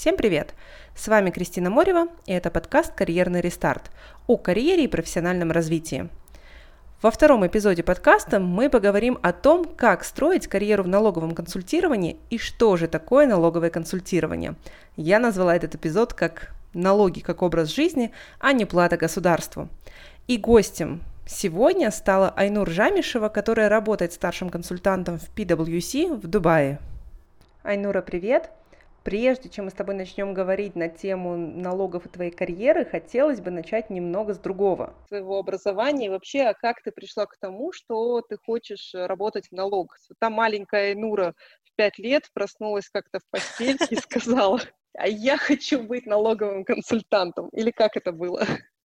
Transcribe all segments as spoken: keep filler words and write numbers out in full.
Всем привет! С вами Кристина Морева, и это подкаст «Карьерный рестарт» о карьере и профессиональном развитии. Во втором эпизоде подкаста мы поговорим о том, как строить карьеру в налоговом консультировании и что же такое налоговое консультирование. Я назвала этот эпизод как «Налоги как образ жизни, а не плата государству». И гостем сегодня стала Айнур Жамишева, которая работает старшим консультантом в пи дабл ю си в Дубае. Айнура, привет! Прежде чем мы с тобой начнем говорить на тему налогов и твоей карьеры, хотелось бы начать немного с другого. Своего образования и вообще, а как ты пришла к тому, что ты хочешь работать в налогах? Та маленькая Айнура в пять лет проснулась как-то в постельке и сказала: а я хочу быть налоговым консультантом. Или как это было?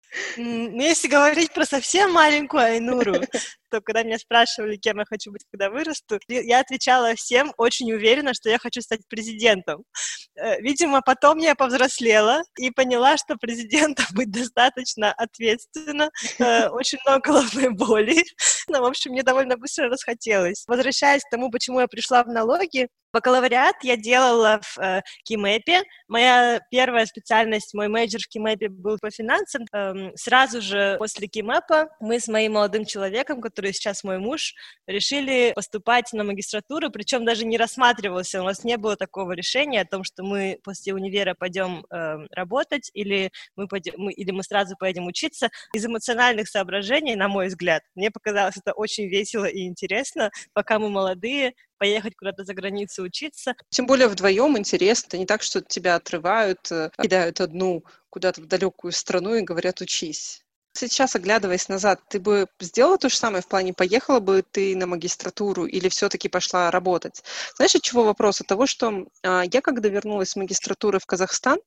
Ну, если говорить про совсем маленькую Айнуру, то когда меня спрашивали, кем я хочу быть, когда вырасту, я отвечала всем очень уверенно, что я хочу стать президентом. Видимо, потом я повзрослела и поняла, что президентом быть достаточно ответственно, очень много головной боли. Ну, в общем, мне довольно быстро расхотелось. Возвращаясь к тому, почему я пришла в налоги, бакалавриат я делала в э, КИМЭПе. Моя первая специальность, мой мейджор в КИМЭПе был по финансам. Эм, сразу же после КИМЭПа мы с моим молодым человеком, который сейчас мой муж, решили поступать на магистратуру, причем даже не рассматривался, у нас не было такого решения о том, что мы после универа пойдем э, работать или мы, пойдем, мы, или мы сразу поедем учиться. Из эмоциональных соображений, на мой взгляд, мне показалось это очень весело и интересно, пока мы молодые, поехать куда-то за границу учиться. Тем более вдвоем интересно. Это не так, что тебя отрывают, кидают одну куда-то в далекую страну и говорят: учись. Сейчас, оглядываясь назад, ты бы сделала то же самое в плане, поехала бы ты на магистратуру или все-таки пошла работать? Знаешь, от чего вопрос? От того, что а, я, когда вернулась с магистратуры в Казахстан,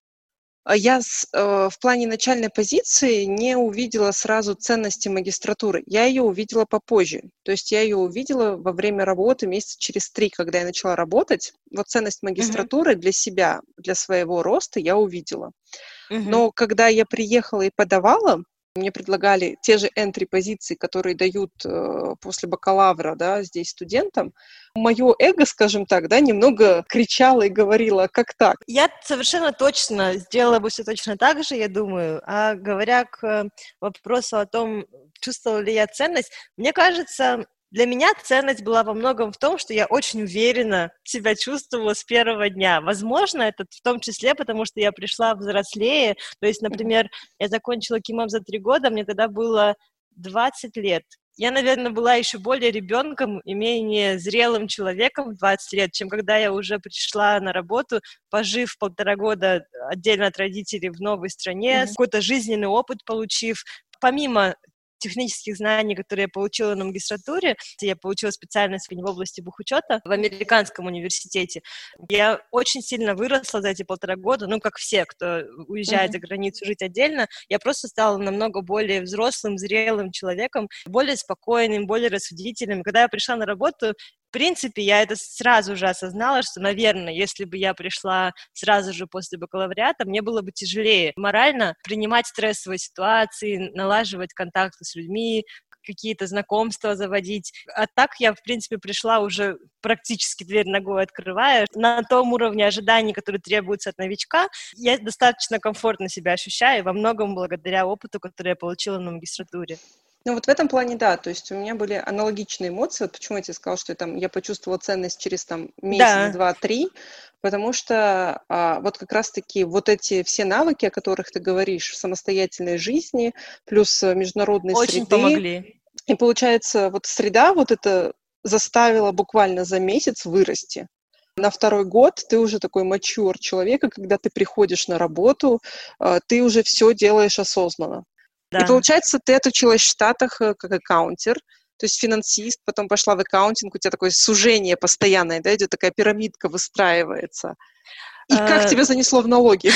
я с, э, в плане начальной позиции не увидела сразу ценности магистратуры. Я ее увидела попозже. То есть я ее увидела во время работы месяца через три, когда я начала работать. Вот ценность магистратуры для себя, для своего роста я увидела. Uh-huh. Но когда я приехала и подавала, мне предлагали те же entry-позиции, которые дают э, после бакалавра, да, здесь студентам. Мое эго, скажем так, да, немного кричало и говорило: как так? Я совершенно точно сделала бы все точно так же, я думаю. А говоря к вопросу о том, чувствовала ли я ценность, мне кажется, для меня ценность была во многом в том, что я очень уверенно себя чувствовала с первого дня. Возможно, это в том числе, потому что я пришла взрослее. То есть, например, я закончила КИМЭП за три года, мне тогда было двадцать лет. Я, наверное, была еще более ребенком и менее зрелым человеком в двадцать лет, чем когда я уже пришла на работу, пожив полтора года отдельно от родителей в новой стране, mm-hmm. какой-то жизненный опыт получив. Помимо технических знаний, которые я получила на магистратуре, я получила специальность в области бухучета в американском университете. Я очень сильно выросла за эти полтора года, ну, как все, кто уезжает mm-hmm. за границу жить отдельно. Я просто стала намного более взрослым, зрелым человеком, более спокойным, более рассудительным. Когда я пришла на работу, в принципе, я это сразу же осознала, что, наверное, если бы я пришла сразу же после бакалавриата, мне было бы тяжелее морально принимать стрессовые ситуации, налаживать контакты с людьми, какие-то знакомства заводить. А так я, в принципе, пришла уже практически дверь ногой открывая. На том уровне ожиданий, который требуется от новичка, я достаточно комфортно себя ощущаю, во многом благодаря опыту, который я получила на магистратуре. Ну вот в этом плане, да, то есть у меня были аналогичные эмоции. Вот почему я тебе сказала, что я, там, я почувствовала ценность через там, месяц, да. два, три, потому что а, вот как раз-таки вот эти все навыки, о которых ты говоришь в самостоятельной жизни, плюс международной Очень среды. помогли. И получается, вот среда вот это заставила буквально за месяц вырасти. На второй год ты уже такой мачур человека, когда ты приходишь на работу, ты уже все делаешь осознанно. Да. И получается, ты отучилась в Штатах как аккаунтер, то есть финансист, потом пошла в аккаунтинг, у тебя такое сужение постоянное, да, идет такая пирамидка выстраивается. И а... как тебя занесло в налоги?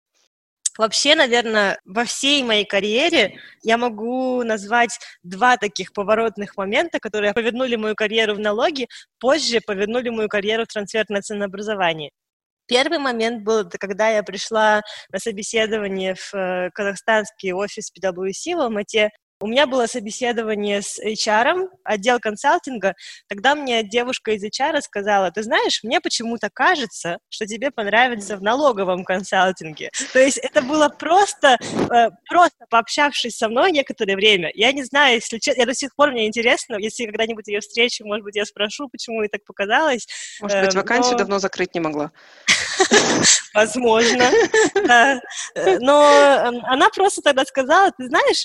Вообще, наверное, во всей моей карьере я могу назвать два таких поворотных момента, которые повернули мою карьеру в налоги, позже повернули мою карьеру в трансферное ценообразование. Первый момент был, это когда я пришла на собеседование в казахстанский офис пи дабл ю си в Алмате. У меня было собеседование с эйч ар, отдел консалтинга. Тогда мне девушка из эйч ар сказала: ты знаешь, мне почему-то кажется, что тебе понравится в налоговом консалтинге. То есть это было просто, э, просто пообщавшись со мной некоторое время. Я не знаю, если честно, я до сих пор, мне интересно, если когда-нибудь ее встречу, может быть, я спрошу, почему ей так показалось. Может быть, Э, вакансию но... давно закрыть не могла. Возможно, да. Но она просто тогда сказала: ты знаешь,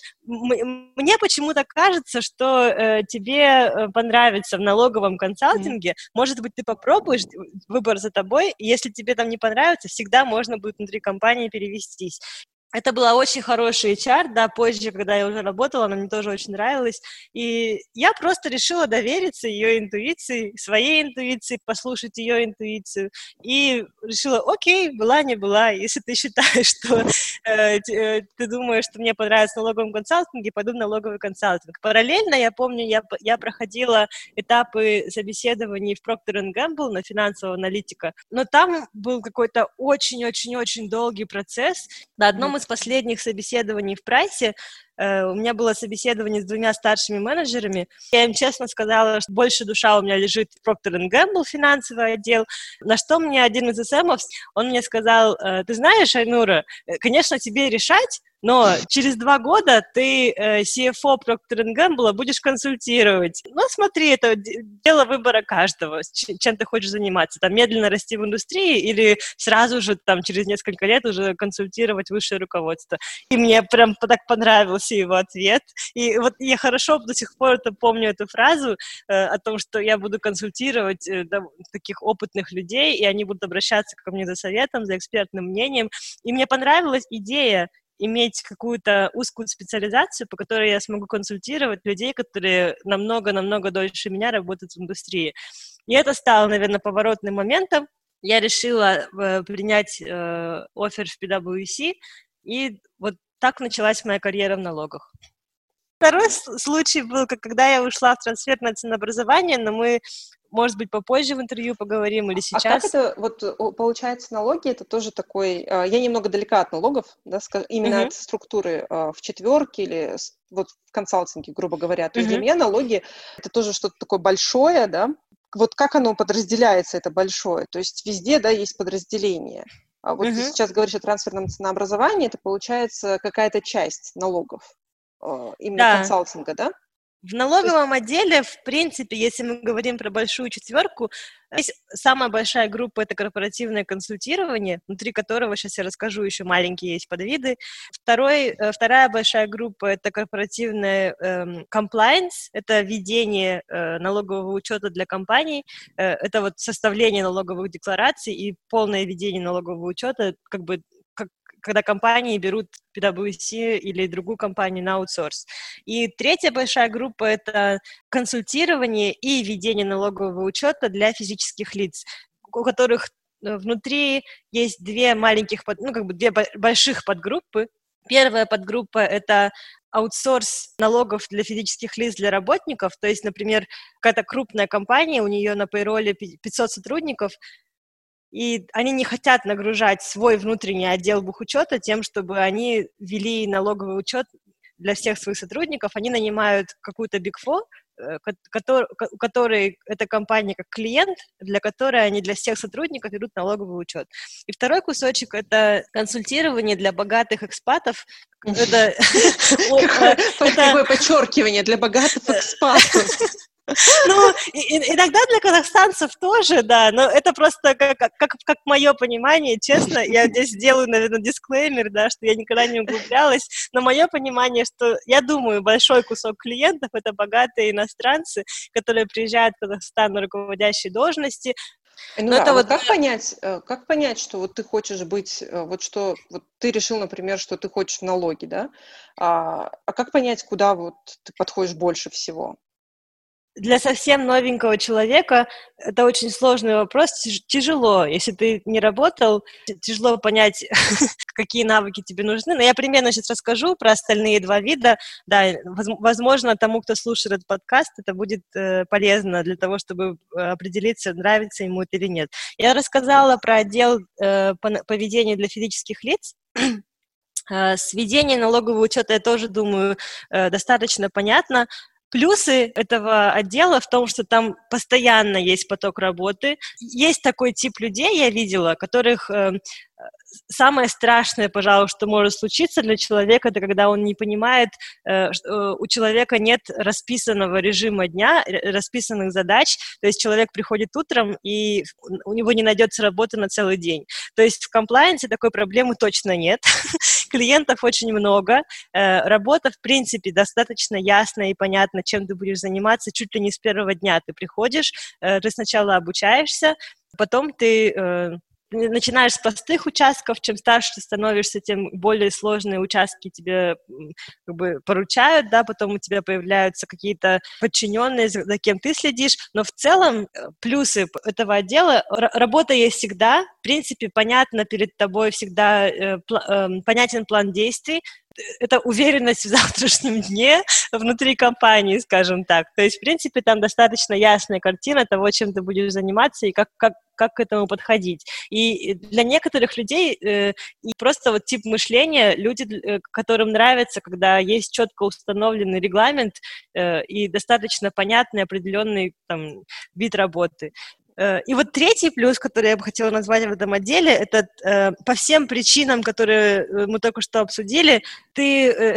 мне почему-то кажется, что э, тебе понравится в налоговом консалтинге, mm. может быть, ты попробуешь, выбор за тобой, и если тебе там не понравится, всегда можно будет внутри компании перевестись. Это была очень хорошая эйч ар, да, позже, когда я уже работала, она мне тоже очень нравилась, и я просто решила довериться ее интуиции, своей интуиции, послушать ее интуицию, и решила: окей, была, не была, если ты считаешь, что э, ты думаешь, что мне понравится в налоговом консалтинге, пойду в налоговый консалтинг. Параллельно, я помню, я, я проходила этапы собеседований в Procter энд Gamble на финансового аналитика, но там был какой-то очень-очень-очень долгий процесс. На одном из последних собеседований в прайсе э, у меня было собеседование с двумя старшими менеджерами. Я им честно сказала, что больше душа у меня лежит в Procter энд Gamble, финансовый отдел, на что мне один из эс эмов, он мне сказал: ты знаешь, Айнура, конечно, тебе решать, но через два года ты э, си эф о Procter энд Gamble будешь консультировать. Ну, смотри, это дело выбора каждого, чем ты хочешь заниматься. Там, медленно расти в индустрии или сразу же, там, через несколько лет уже консультировать высшее руководство. И мне прям так понравился его ответ. И вот я хорошо до сих пор это помню, эту фразу э, о том, что я буду консультировать э, да, таких опытных людей, и они будут обращаться ко мне за советом, за экспертным мнением. И мне понравилась идея иметь какую-то узкую специализацию, по которой я смогу консультировать людей, которые намного-намного дольше меня работают в индустрии. И это стало, наверное, поворотным моментом. Я решила э, принять э, оффер в пи дабл ю си, и вот так началась моя карьера в налогах. Второй случай был, когда я ушла в трансферное ценообразование, но мы, может быть, попозже в интервью поговорим или сейчас. А как это, вот, получается, налоги, это тоже такой, я немного далека от налогов, да, именно uh-huh. от структуры в четверке или вот в консалтинге, грубо говоря. То есть uh-huh. для меня налоги это тоже что-то такое большое, да. Вот как оно подразделяется, это большое? То есть везде, да, есть подразделения. А вот uh-huh. ты сейчас говоришь о трансферном ценообразовании, это получается какая-то часть налогов. Именно да. консалтинга, да? В налоговом есть... отделе, в принципе, если мы говорим про большую четверку, есть самая большая группа — это корпоративное консультирование, внутри которого, сейчас я расскажу, еще маленькие есть подвиды. Второй, вторая большая группа — это корпоративное эм, compliance, это ведение э, налогового учета для компаний, э, это вот составление налоговых деклараций и полное ведение налогового учета, как бы когда компании берут пи дабл ю си или другую компанию на аутсорс. И третья большая группа — это консультирование и ведение налогового учета для физических лиц, у которых внутри есть две маленьких, ну, как бы две больших подгруппы. Первая подгруппа — это аутсорс налогов для физических лиц, для работников. То есть, например, какая-то крупная компания, у нее на пейроле пятьсот сотрудников, и они не хотят нагружать свой внутренний отдел бухучета тем, чтобы они вели налоговый учет для всех своих сотрудников. Они нанимают какую-то Big Four, который, у которой эта компания как клиент, для которой они для всех сотрудников ведут налоговый учет. И второй кусочек — это консультирование для богатых экспатов. Это такое подчеркивание для богатых экспатов. Ну, и, иногда для казахстанцев тоже, да, но это просто как, как, как мое понимание, честно, я здесь делаю, наверное, дисклеймер, да, что я никогда не углублялась, но мое понимание, что я думаю, большой кусок клиентов — это богатые иностранцы, которые приезжают в Казахстан на руководящие должности. Ну, да, это вот... как понять, как понять, что вот ты хочешь быть, вот что, вот ты решил, например, что ты хочешь в налоги, да, а, а как понять, куда вот ты подходишь больше всего? Для совсем новенького человека это очень сложный вопрос, тяжело. Если ты не работал, тяжело понять, какие навыки тебе нужны. Но я примерно сейчас расскажу про остальные два вида. Да, возможно, тому, кто слушает этот подкаст, это будет э, полезно для того, чтобы определиться, нравится ему это или нет. Я рассказала про отдел э, по поведению для физических лиц. Сведение налогового учета, я тоже думаю, достаточно понятно. Плюсы этого отдела в том, что там постоянно есть поток работы. Есть такой тип людей, я видела, которых самое страшное, пожалуй, что может случиться для человека, это когда он не понимает, у человека нет расписанного режима дня, расписанных задач, то есть человек приходит утром, и у него не найдется работы на целый день. То есть в комплаенсе такой проблемы точно нет. Клиентов очень много, работа, в принципе, достаточно ясная и понятна, чем ты будешь заниматься чуть ли не с первого дня. Ты приходишь, ты сначала обучаешься, потом ты начинаешь с простых участков, чем старше ты становишься, тем более сложные участки тебе как бы поручают, да, потом у тебя появляются какие-то подчиненные, за кем ты следишь, но в целом плюсы этого отдела, работа есть всегда, в принципе, понятно перед тобой всегда, э, пла- э, понятен план действий, это уверенность в завтрашнем дне внутри компании, скажем так. То есть, в принципе, там достаточно ясная картина того, чем ты будешь заниматься и как, как, как к этому подходить. И для некоторых людей э, и просто вот тип мышления, люди, э, которым нравится, когда есть четко установленный регламент э, и достаточно понятный определенный там, вид работы. И вот третий плюс, который я бы хотела назвать в этом отделе, это э, по всем причинам, которые мы только что обсудили, ты э,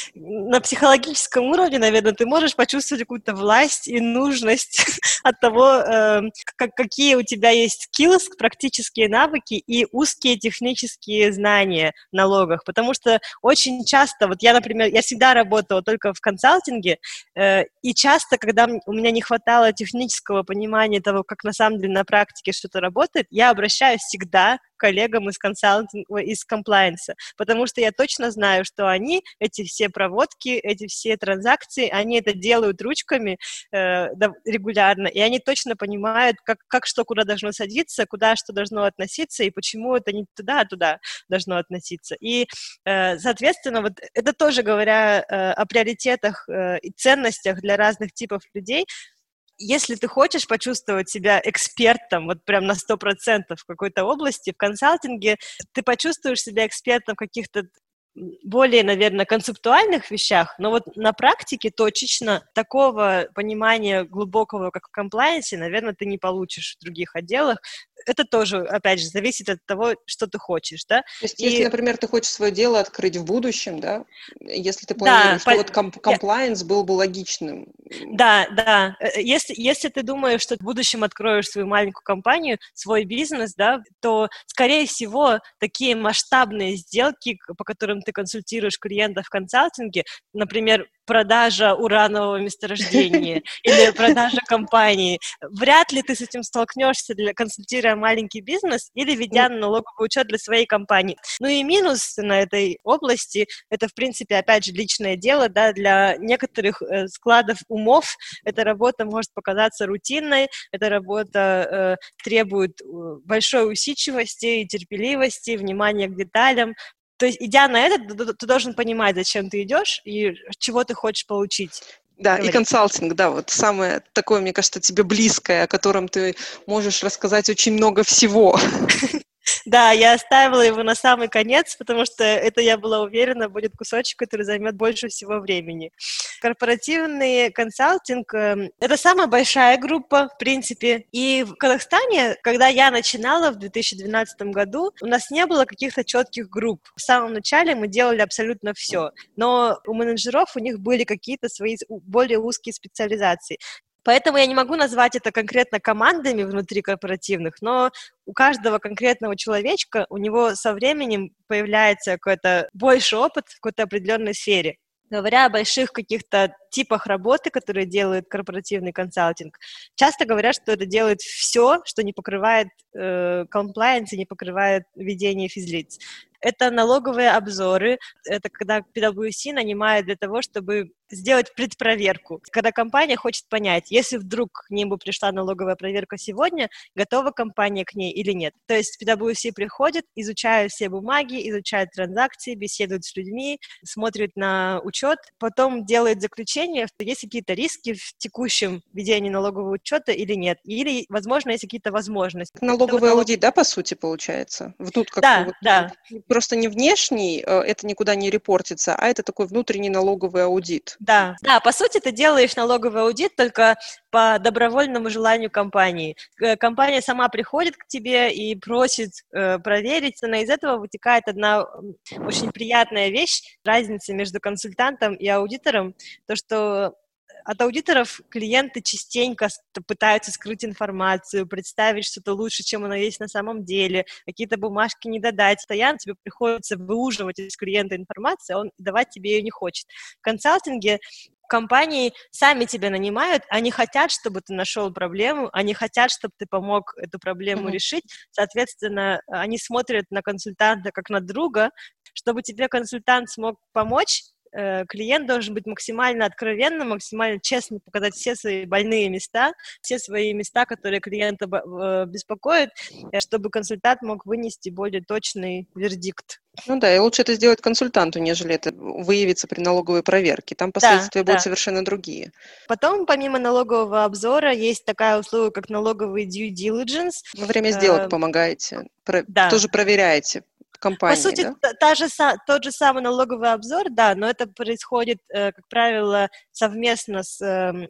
на психологическом уровне, наверное, ты можешь почувствовать какую-то власть и нужность от того, э, как, какие у тебя есть skills, практические навыки и узкие технические знания в налогах, потому что очень часто, вот я, например, я всегда работала только в консалтинге, э, и часто, когда у меня не хватало технического понимания того, как на самом деле на практике что-то работает, я обращаюсь всегда к коллегам из консалтинга, из комплайенса, потому что я точно знаю, что они, эти все проводки, эти все транзакции, они это делают ручками э, регулярно, и они точно понимают, как, как что куда должно садиться, куда что должно относиться, и почему это не туда, а туда должно относиться. И, э, соответственно, вот это тоже говоря э, о приоритетах э, и ценностях для разных типов людей. Если ты хочешь почувствовать себя экспертом, вот прям на сто процентов в какой-то области, в консалтинге, ты почувствуешь себя экспертом в каких-то более, наверное, концептуальных вещах, но вот на практике точечно такого понимания глубокого, как в комплайенсе, наверное, ты не получишь в других отделах. Это тоже, опять же, зависит от того, что ты хочешь, да. То есть, И... если, например, ты хочешь свое дело открыть в будущем, да, если ты планируешь, да, что по... вот комплайенс я... был бы логичным. Да, да. Если, если ты думаешь, что в будущем откроешь свою маленькую компанию, свой бизнес, да, то, скорее всего, такие масштабные сделки, по которым ты консультируешь клиентов в консалтинге, например, продажа уранового месторождения или продажа компании, вряд ли ты с этим столкнешься, для, консультируя маленький бизнес или ведя налоговый учет для своей компании. Ну и минус на этой области, это, в принципе, опять же, личное дело, да, для некоторых э, складов умов эта работа может показаться рутинной, эта работа э, требует большой усидчивости и терпеливости, внимания к деталям. То есть, идя на это, ты должен понимать, зачем ты идешь и чего ты хочешь получить. Да, говорить. И консалтинг, да, вот самое такое, мне кажется, тебе близкое, о котором ты можешь рассказать очень много всего. Да, я оставила его на самый конец, потому что это, я была уверена, будет кусочек, который займет больше всего времени. Корпоративный консалтинг – это самая большая группа, в принципе. И в Казахстане, когда я начинала в две тысячи двенадцатом году, у нас не было каких-то четких групп. В самом начале мы делали абсолютно все, но у менеджеров у них были какие-то свои более узкие специализации. Поэтому я не могу назвать это конкретно командами внутри корпоративных, но у каждого конкретного человечка, у него со временем появляется какой-то больше опыт в какой-то определенной сфере. Говоря о больших каких-то типах работы, которые делает корпоративный консалтинг, часто говорят, что это делает все, что не покрывает комплайенс э, и не покрывает ведение физлиц. Это налоговые обзоры, это когда пи дабл ю си нанимает для того, чтобы сделать предпроверку. Когда компания хочет понять, если вдруг к ним бы пришла налоговая проверка сегодня, готова компания к ней или нет. То есть пи дабл ю си приходит, изучают все бумаги, изучают транзакции, беседуют с людьми, смотрят на учет, потом делает заключение, что есть какие-то риски в текущем ведении налогового учета или нет, или, возможно, есть какие-то возможности. Налоговый аудит, да, по сути, получается? Внут, как да, вот, да. Просто не внешний, это никуда не репортится, а это такой внутренний налоговый аудит. Да, да, по сути, ты делаешь налоговый аудит только по добровольному желанию компании. Компания сама приходит к тебе и просит э, проверить, но из этого вытекает одна очень приятная вещь, разница между консультантом и аудитором, то, что от аудиторов клиенты частенько пытаются скрыть информацию, представить что-то лучше, чем оно есть на самом деле, какие-то бумажки не додать. Постоянно тебе приходится выуживать из клиента информацию, а он давать тебе ее не хочет. В консалтинге компании сами тебя нанимают, они хотят, чтобы ты нашел проблему, они хотят, чтобы ты помог эту проблему mm-hmm. решить. Соответственно, они смотрят на консультанта как на друга. Чтобы тебе консультант смог помочь, клиент должен быть максимально откровенным, максимально честно показать все свои больные места, все свои места, которые клиента беспокоят, чтобы консультант мог вынести более точный вердикт. Ну да, и лучше это сделать консультанту, нежели это выявится при налоговой проверке. Там последствия да, будут да. совершенно другие. Потом, помимо налогового обзора, есть такая услуга, как налоговый due diligence. Во время сделок э- помогаете, про- да. тоже проверяете. Компании, По сути, да? та, та же, тот же самый налоговый обзор, да, но это происходит, как правило, совместно с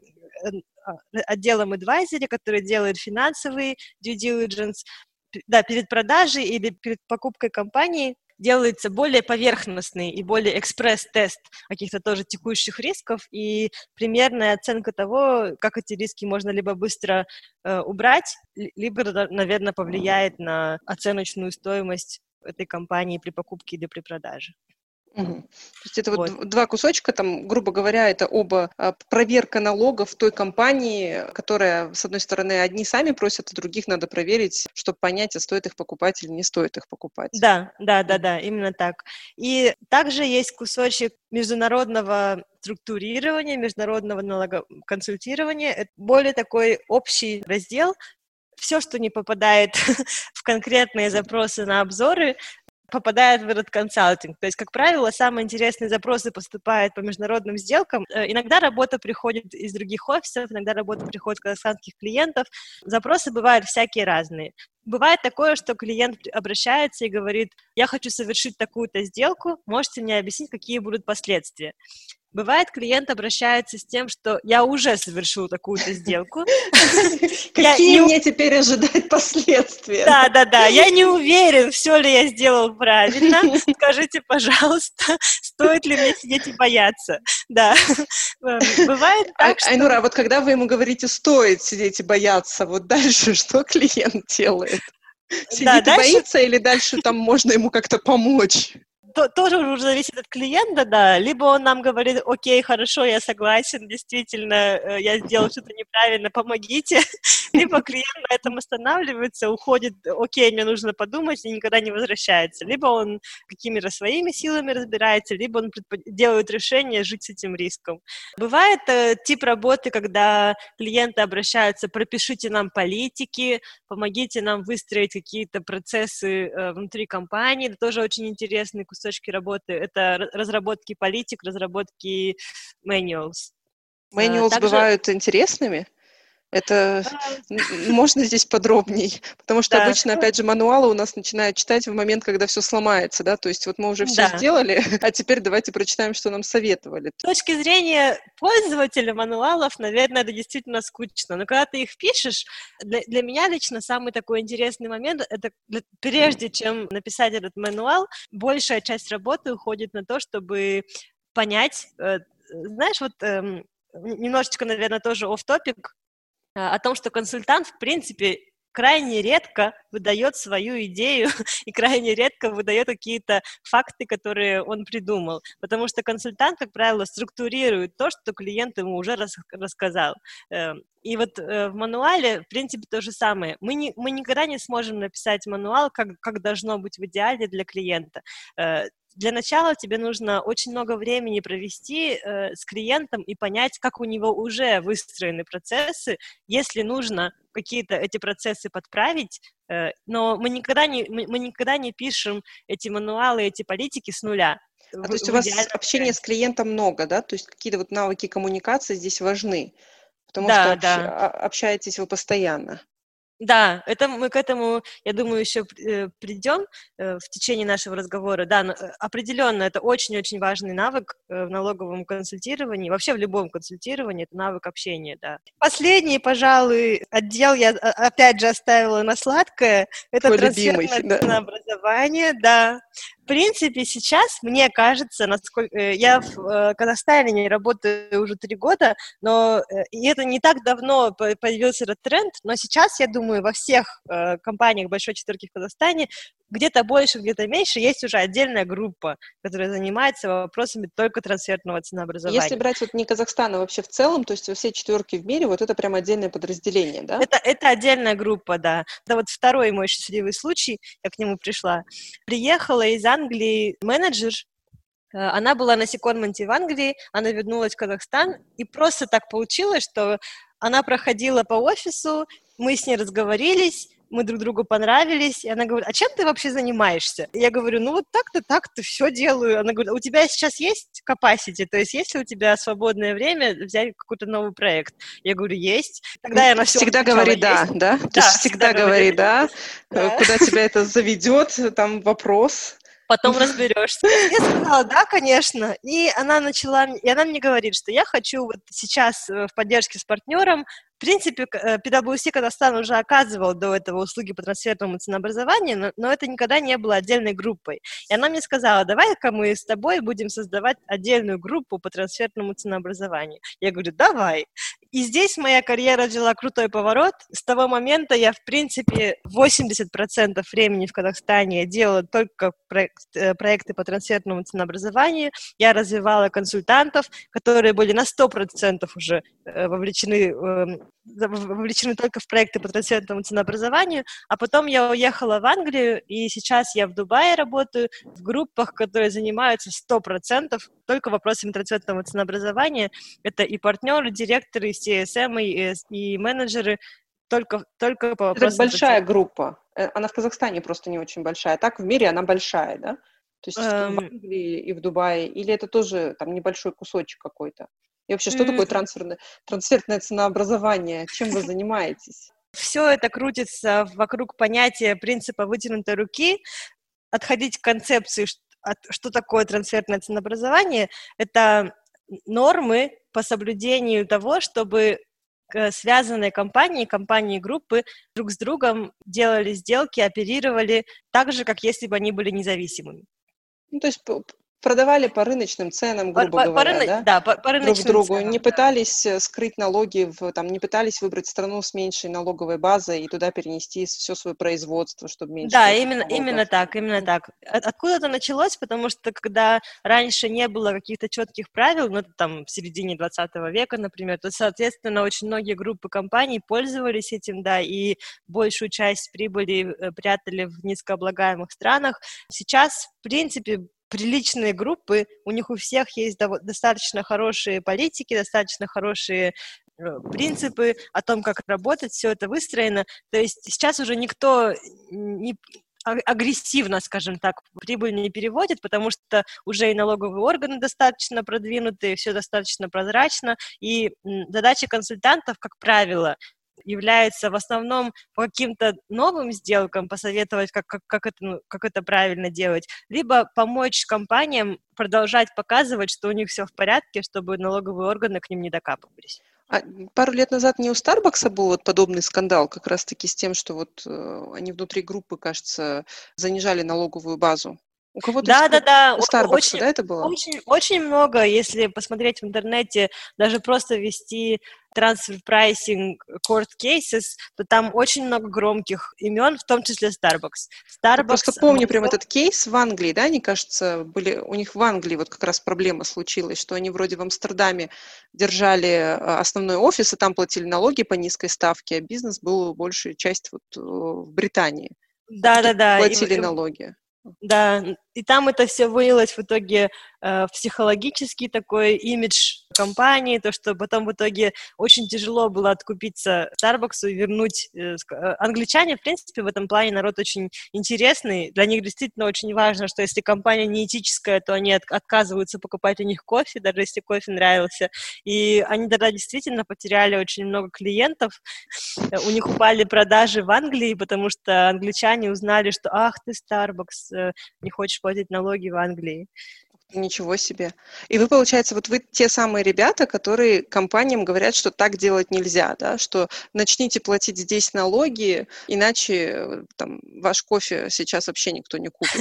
отделом advisory, который делает финансовый due diligence. Да, перед продажей или перед покупкой компании делается более поверхностный и более экспресс-тест каких-то тоже текущих рисков и примерная оценка того, как эти риски можно либо быстро э, убрать, либо, наверное, повлияет на оценочную стоимость этой компании при покупке или при продаже. Угу. То есть это вот. вот два кусочка, там, грубо говоря, это оба проверка налогов той компании, которая, с одной стороны, одни сами просят, а других надо проверить, чтобы понять, а стоит их покупать или не стоит их покупать. Да, да, да, да, именно так. И также есть кусочек международного структурирования, международного налогоконсультирования. Это более такой общий раздел. Все, что не попадает в конкретные запросы на обзоры, попадает в этот консалтинг. То есть, как правило, самые интересные запросы поступают по международным сделкам. Иногда работа приходит из других офисов, иногда работа приходит от казахстанских клиентов. Запросы бывают всякие разные. Бывает такое, что клиент обращается и говорит: я хочу совершить такую-то сделку, можете мне объяснить, какие будут последствия? Бывает, клиент обращается с тем, что я уже совершил такую-то сделку. Какие мне теперь ожидать последствия? Да, да, да. Я не уверен, все ли я сделал правильно. Скажите, пожалуйста, стоит ли мне сидеть и бояться? Да. Бывает так, что... Айнура, а вот когда вы ему говорите, стоит сидеть и бояться, вот дальше что клиент делает? Сидит и боится, или дальше там можно ему как-то помочь? Тоже уже зависит от клиента, да. Либо он нам говорит: окей, хорошо, я согласен, действительно, я сделал что-то неправильно, помогите. Либо клиент на этом останавливается, уходит: окей, мне нужно подумать, и никогда не возвращается. Либо он какими-то своими силами разбирается, либо он предпо- делает решение жить с этим риском. Бывает э, тип работы, когда клиенты обращаются: пропишите нам политики, помогите нам выстроить какие-то процессы э, внутри компании. Это тоже очень интересный кусочек работы. Это разработки политик, разработки manuals. Manuals Также... бывают интересными? Это можно здесь подробней? Потому что да. обычно, опять же, мануалы у нас начинают читать в момент, когда все сломается, да? То есть вот мы уже все да. сделали, а теперь давайте прочитаем, что нам советовали. С точки зрения пользователя мануалов, наверное, это действительно скучно. Но когда ты их пишешь, для, для меня лично самый такой интересный момент — это для, прежде чем написать этот мануал, большая часть работы уходит на то, чтобы понять, э, знаешь, вот э, немножечко, наверное, тоже off-topic, о том, что консультант, в принципе, крайне редко выдает свою идею и крайне редко выдает какие-то факты, которые он придумал. Потому что консультант, как правило, структурирует то, что клиент ему уже рас- рассказал. И вот в мануале, в принципе, то же самое. Мы, не, мы никогда не сможем написать мануал, как, как должно быть в идеале для клиента. для начала тебе нужно очень много времени провести э, с клиентом и понять, как у него уже выстроены процессы, если нужно какие-то эти процессы подправить, э, но мы никогда не, мы, мы никогда не пишем эти мануалы, эти политики с нуля. А в, то есть у вас общения с клиентом много, да? То есть какие-то вот навыки коммуникации здесь важны, потому да, что общ... да. общаетесь вы постоянно. Да, это мы к этому, я думаю, еще придем в течение нашего разговора. Да, определенно, это очень-очень важный навык в налоговом консультировании, вообще в любом консультировании, это навык общения, да. Последний, пожалуй, отдел я опять же оставила на сладкое, это трансферное ценообразование, да. В принципе, сейчас, мне кажется, насколько я в Казахстане не работаю уже три года, но и это не так давно появился этот тренд, но сейчас, я думаю, во всех компаниях большой четверки в Казахстане где-то больше, где-то меньше, есть уже отдельная группа, которая занимается вопросами только трансферного ценообразования. Если брать вот не Казахстан, а вообще в целом, то есть во все четверки в мире, вот это прям отдельное подразделение, да? Это, это отдельная группа, да. Это вот второй мой счастливый случай, я к нему пришла. Приехала из Англии менеджер, она была на секондменте в Англии, она вернулась в Казахстан, и просто так получилось, что она проходила по офису, мы с ней разговорились, мы друг другу понравились, и она говорит, а чем ты вообще занимаешься? И я говорю, ну вот так-то, так-то, все делаю. Она говорит, у тебя сейчас есть capacity, то есть есть ли у тебя свободное время взять какой-то новый проект? Я говорю, есть. Тогда я на все всегда говори да, да? Да, то есть всегда, всегда говори да, да, куда тебя это заведет, там вопрос. Потом разберешься. Я сказала, да, конечно. И она начала, и она мне говорит, что я хочу вот сейчас в поддержке с партнером. В принципе, пи дабл ю си Казахстан уже оказывал до этого услуги по трансферному ценообразованию, но, но это никогда не было отдельной группой. И она мне сказала, давай-ка мы с тобой будем создавать отдельную группу по трансферному ценообразованию. Я говорю, давай. И здесь моя карьера взяла крутой поворот. С того момента я, в принципе, восемьдесят процентов времени в Казахстане делала только проект, проекты по трансферному ценообразованию. Я развивала консультантов, которые были на сто процентов уже вовлечены, вовлечены только в проекты по трансферному ценообразованию. А потом я уехала в Англию, и сейчас я в Дубае работаю в группах, которые занимаются сто процентов только вопросами трансферного ценообразования. Это и партнеры, директоры, и си эс эм, и, и менеджеры, только, только по вопросам. Это большая группа. Она в Казахстане просто не очень большая. Так в мире она большая, да? То есть um, в Англии и в Дубае? Или это тоже там небольшой кусочек какой-то? И вообще, что mm. такое трансферное, трансферное ценообразование? Чем вы занимаетесь? Все это крутится вокруг понятия принципа вытянутой руки. Отходить к концепции, что такое трансферное ценообразование, это нормы по соблюдению того, чтобы связанные компании, компании группы друг с другом делали сделки, оперировали так же, как если бы они были независимыми. Ну, то есть продавали по рыночным ценам, грубо по, говоря, по рыно... да? Да, по, по рыночным друг другу. Ценам, не да. пытались скрыть налоги, в, там, не пытались выбрать страну с меньшей налоговой базой и туда перенести все свое производство, чтобы меньше. Да, именно, именно так, именно так. От, откуда это началось? Потому что когда раньше не было каких-то четких правил, ну, там, в середине двадцатого века, например, то, соответственно, очень многие группы компаний пользовались этим, да, и большую часть прибыли прятали в низкооблагаемых странах. Сейчас, в принципе, приличные группы, у них у всех есть достаточно хорошие политики, достаточно хорошие принципы о том, как работать, все это выстроено. То есть сейчас уже никто не агрессивно, скажем так, прибыль не переводит, потому что уже и налоговые органы достаточно продвинутые, все достаточно прозрачно, и задача консультантов, как правило, является в основном по каким-то новым сделкам посоветовать, как, как, как, это, ну, как это правильно делать, либо помочь компаниям продолжать показывать, что у них все в порядке, чтобы налоговые органы к ним не докапывались. А пару лет назад не у Старбакса был вот подобный скандал, как раз-таки с тем, что вот э, они внутри группы, кажется, занижали налоговую базу. У кого-то да, из, да, да. У Старбакса, очень, да, это было? Очень, очень много, если посмотреть в интернете, даже просто ввести transfer pricing court cases, то там очень много громких имен, в том числе Starbucks. Starbucks. Я просто помню прям этот кейс в Англии, да, они, кажется, были, у них в Англии вот как раз проблема случилась, что они вроде в Амстердаме держали основной офис, и там платили налоги по низкой ставке, а бизнес был большая часть вот в Британии. Да, да, да. Платили и, налоги. Да, и там это все вылилось в итоге э, в психологический такой имидж компании, то, что потом в итоге очень тяжело было откупиться Starbucks и вернуть. Э, англичане, в принципе, в этом плане народ очень интересный. Для них действительно очень важно, что если компания не этическая, то они от, отказываются покупать у них кофе, даже если кофе нравился. И они тогда действительно потеряли очень много клиентов. У них упали продажи в Англии, потому что англичане узнали, что «Ах ты, Starbucks, не хочешь платить налоги в Англии». Ничего себе. И вы, получается, вот вы те самые ребята, которые компаниям говорят, что так делать нельзя, да, что начните платить здесь налоги, иначе там ваш кофе сейчас вообще никто не купит.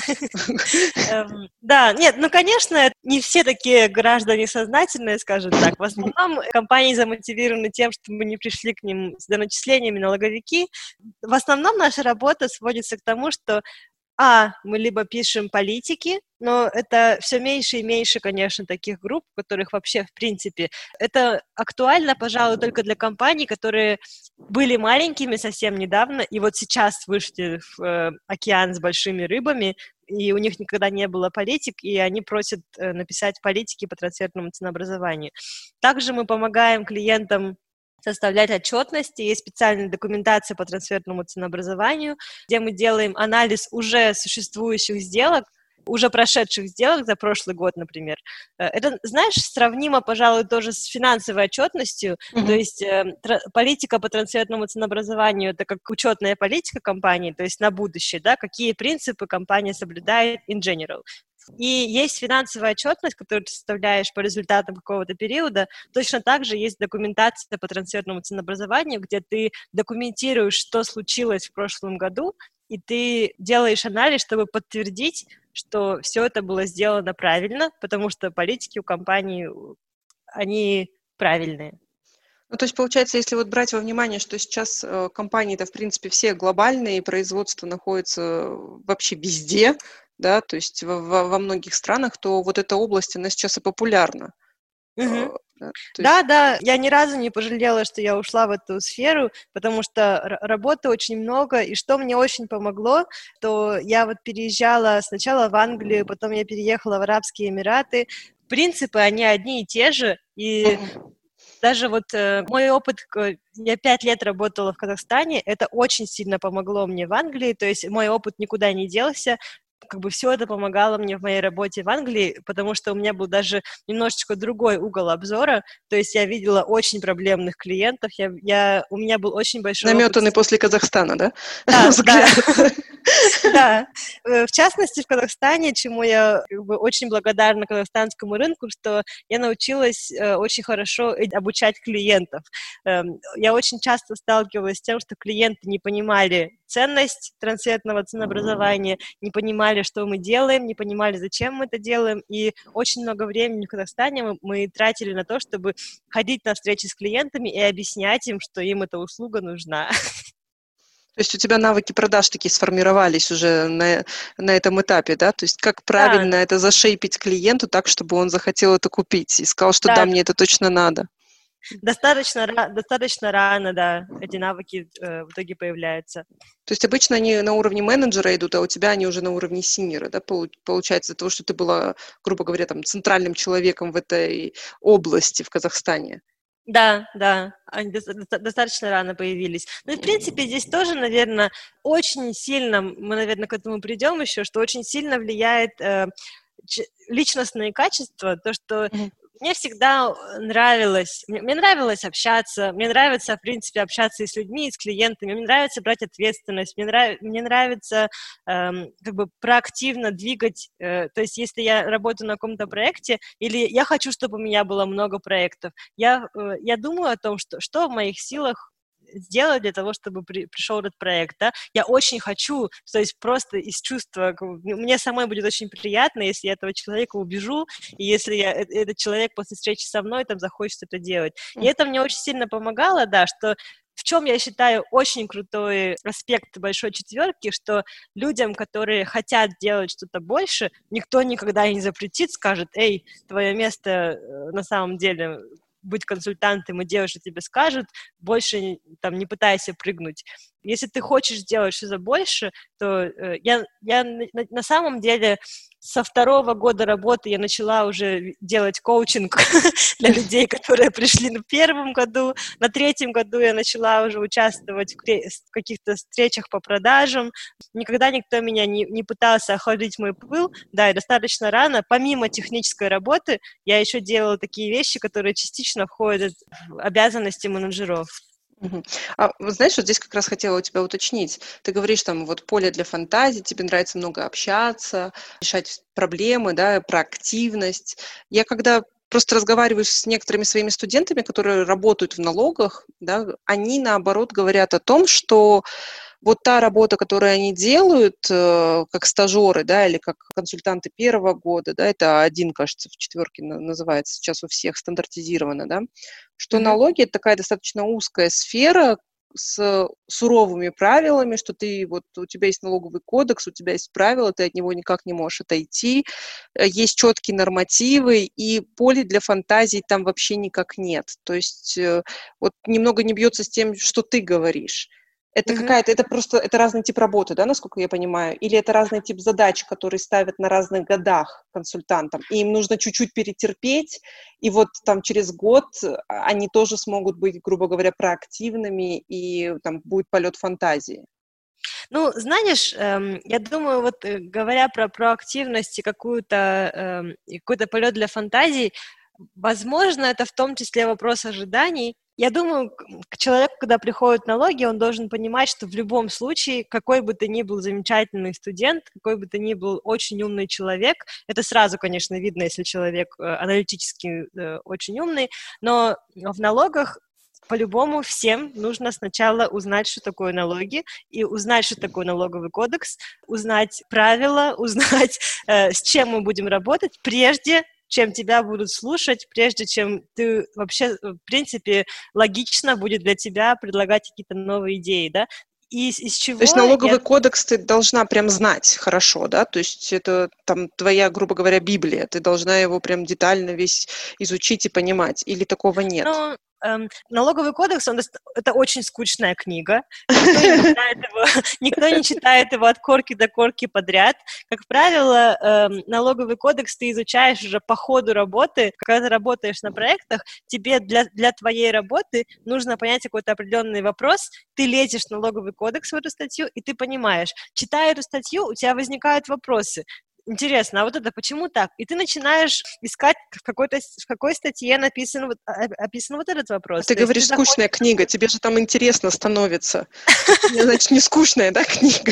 Да, нет, ну, конечно, не все такие граждане сознательные, скажем так. В основном компании замотивированы тем, что мы не пришли к ним с доначислениями налоговики. В основном наша работа сводится к тому, что А, мы либо пишем политики, но это все меньше и меньше, конечно, таких групп, которых вообще, в принципе, это актуально, пожалуй, только для компаний, которые были маленькими совсем недавно, и вот сейчас вышли в э, океан с большими рыбами, и у них никогда не было политик, и они просят э, написать политики по трансферному ценообразованию. Также мы помогаем клиентам составлять отчетности, есть специальная документация по трансферному ценообразованию, где мы делаем анализ уже существующих сделок, уже прошедших сделок за прошлый год, например. Это, знаешь, сравнимо, пожалуй, тоже с финансовой отчетностью, mm-hmm. то есть э, тр- политика по трансферному ценообразованию — это как учетная политика компании, то есть на будущее, да, какие принципы компания соблюдает in general. И есть финансовая отчетность, которую ты составляешь по результатам какого-то периода. Точно так же есть документация по трансферному ценообразованию, где ты документируешь, что случилось в прошлом году, и ты делаешь анализ, чтобы подтвердить, что все это было сделано правильно, потому что политики у компании, они правильные. Ну, то есть, получается, если вот брать во внимание, что сейчас э, компании-то, в принципе, все глобальные, производство находится вообще везде, да, то есть во, во многих странах, то вот эта область, она сейчас и популярна. Угу. Да, да, есть... да, я ни разу не пожалела, что я ушла в эту сферу, потому что р- работы очень много, и что мне очень помогло, то я вот переезжала сначала в Англию, потом я переехала в Арабские Эмираты. Принципы, они одни и те же, и даже вот э, мой опыт, я пять лет работала в Казахстане, это очень сильно помогло мне в Англии, то есть мой опыт никуда не делся, как бы все это помогало мне в моей работе в Англии, потому что у меня был даже немножечко другой угол обзора, то есть я видела очень проблемных клиентов, я, я, у меня был очень большой Наметанный опыт... после Казахстана, да? Да, да. Да, в частности, в Казахстане, чему я как бы очень благодарна казахстанскому рынку, что я научилась э, очень хорошо обучать клиентов. Э, я очень часто сталкивалась с тем, что клиенты не понимали ценность трансферного ценообразования, не понимали, что мы делаем, не понимали, зачем мы это делаем, и очень много времени в Казахстане мы, мы тратили на то, чтобы ходить на встречи с клиентами и объяснять им, что им эта услуга нужна. То есть у тебя навыки продаж такие сформировались уже на, на этом этапе, да? То есть как правильно да. это зашейпить клиенту так, чтобы он захотел это купить и сказал, что да, да мне это точно надо. Достаточно, достаточно рано, да, эти навыки э, в итоге появляются. То есть обычно они на уровне менеджера идут, а у тебя они уже на уровне синьора, да, получается, из-за того, что ты была, грубо говоря, там, центральным человеком в этой области в Казахстане. Да, да, они достаточно рано появились. Ну, и, в принципе, здесь тоже, наверное, очень сильно, мы, наверное, к этому придем еще, что очень сильно влияет э, личностные качества, то, что mm-hmm. мне всегда нравилось, мне, мне нравилось общаться, мне нравится, в принципе, общаться и с людьми, и с клиентами, мне нравится брать ответственность, мне, нрав, мне нравится эм, как бы проактивно двигать, э, то есть если я работаю на каком-то проекте, или я хочу, чтобы у меня было много проектов, я, э, я думаю о том, что, что в моих силах сделать для того, чтобы при, пришел этот проект, да, я очень хочу, то есть просто из чувства, мне самой будет очень приятно, если я этого человека убежу, и если я, этот человек после встречи со мной там захочет это делать. И это мне очень сильно помогало, да, что в чем я считаю очень крутой аспект большой четверки, что людям, которые хотят делать что-то больше, никто никогда не запретит, скажет, эй, твое место на самом деле быть консультантом и делать, что тебе скажут, больше там не пытайся прыгнуть. Если ты хочешь делать что-то больше, что э, я, я на, на самом деле со второго года работы я начала уже делать коучинг для людей, которые пришли на первом году. На третьем году я начала уже участвовать в каких-то встречах по продажам. Никогда никто меня не, не пытался охладить мой пыл. Да, и достаточно рано, помимо технической работы, я еще делала такие вещи, которые частично входят в обязанности менеджеров. Угу. А вот знаешь, вот здесь как раз хотела у тебя уточнить. Ты говоришь, там, вот поле для фантазии, тебе нравится много общаться, решать проблемы, да, про активность. Я когда просто разговариваю с некоторыми своими студентами, которые работают в налогах, да, они, наоборот, говорят о том, что вот та работа, которую они делают, э, как стажеры, да, или как консультанты первого года, да, это один, кажется, в четверке называется сейчас у всех стандартизировано, да, что mm-hmm. налоги – это такая достаточно узкая сфера с суровыми правилами, что ты, вот у тебя есть налоговый кодекс, у тебя есть правила, ты от него никак не можешь отойти, есть четкие нормативы, и поле для фантазий там вообще никак нет. То есть э, вот немного не бьется с тем, что ты говоришь. Это mm-hmm. какая-то, это просто, это разный тип работы, да, насколько я понимаю? Или это разный тип задач, которые ставят на разных годах консультантам, и им нужно чуть-чуть перетерпеть, и вот там через год они тоже смогут быть, грубо говоря, проактивными, и там будет полет фантазии. Ну, знаешь, эм, я думаю, вот говоря про проактивность и какую-то, эм, какой-то полет для фантазий, возможно, это в том числе вопрос ожиданий. Я думаю, к человеку, когда приходят налоги, он должен понимать, что в любом случае, какой бы ты ни был замечательный студент, какой бы ты ни был очень умный человек, это сразу, конечно, видно, если человек аналитически очень умный, но в налогах по-любому всем нужно сначала узнать, что такое налоги, и узнать, что такое налоговый кодекс, узнать правила, узнать, с чем мы будем работать, прежде чем тебя будут слушать, прежде чем ты вообще, в принципе, логично будет для тебя предлагать какие-то новые идеи, да? И из, из чего... То есть налоговый я... кодекс ты должна прям знать хорошо, да? То есть это там твоя, грубо говоря, Библия, ты должна его прям детально весь изучить и понимать, или такого нет? Ну, эм, налоговый кодекс, он, это очень скучная книга, никто не читает его, никто не читает его от корки до корки подряд. Как правило, эм, налоговый кодекс ты изучаешь уже по ходу работы. Когда ты работаешь на проектах, тебе для, для твоей работы нужно понять какой-то определенный вопрос, ты лезешь в налоговый кодекс в эту статью, и ты понимаешь, читая эту статью, у тебя возникают вопросы. Интересно, а вот это почему так? И ты начинаешь искать, в, какой-то, в какой статье написан вот, описан вот этот вопрос. А ты То говоришь, ты скучная заходишь... книга, тебе же там интересно становится. Значит, не скучная, да, книга?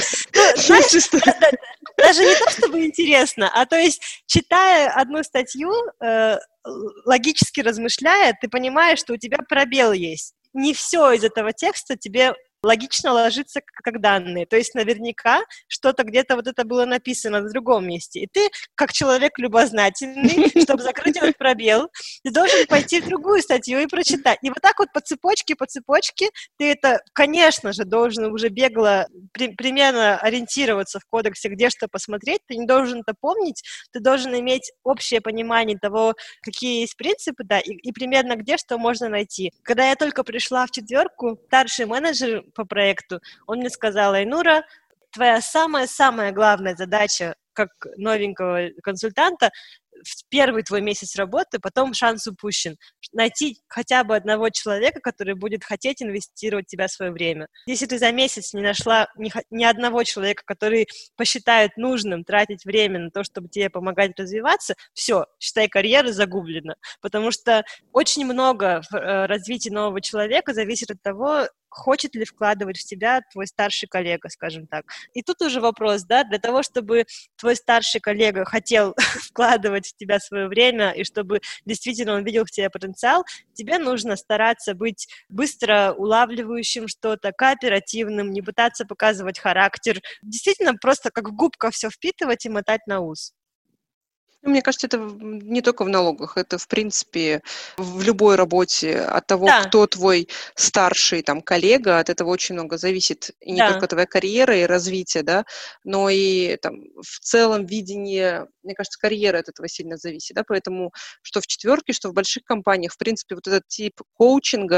Даже не то, чтобы интересно, а то есть, читая одну статью, логически размышляя, ты понимаешь, что у тебя пробел есть. Не все из этого текста тебе логично ложится как данные. То есть наверняка что-то где-то вот это было написано в другом месте. И ты, как человек любознательный, чтобы закрыть этот пробел, ты должен пойти в другую статью и прочитать. И вот так вот по цепочке, по цепочке ты это, конечно же, должен уже бегло при, примерно ориентироваться в кодексе, где что посмотреть. Ты не должен это помнить, ты должен иметь общее понимание того, какие есть принципы, да, и, и примерно где что можно найти. Когда я только пришла в четверку, старший менеджер по проекту, он мне сказал: Айнура, твоя самая-самая главная задача как новенького консультанта в первый твой месяц работы, потом шанс упущен. Найти хотя бы одного человека, который будет хотеть инвестировать в тебя свое время. Если ты за месяц не нашла ни, ни одного человека, который посчитает нужным тратить время на то, чтобы тебе помогать развиваться, все, считай, карьера загублена. Потому что очень много в э, развитии нового человека зависит от того, хочет ли вкладывать в тебя твой старший коллега, скажем так. И тут уже вопрос, да, для того, чтобы твой старший коллега хотел вкладывать в тебя свое время, и чтобы действительно он видел в тебе потенциал, тебе нужно стараться быть быстро улавливающим что-то, кооперативным, не пытаться показывать характер, действительно просто как губка все впитывать и мотать на ус. Мне кажется, это не только в налогах, это, в принципе, в любой работе от того, да. кто твой старший там, коллега, от этого очень много зависит. И не да. только твоя карьера и развитие, да, но и там, в целом видение, мне кажется, карьера от этого сильно зависит. Да? Поэтому что в четверке, что в больших компаниях, в принципе, вот этот тип коучинга,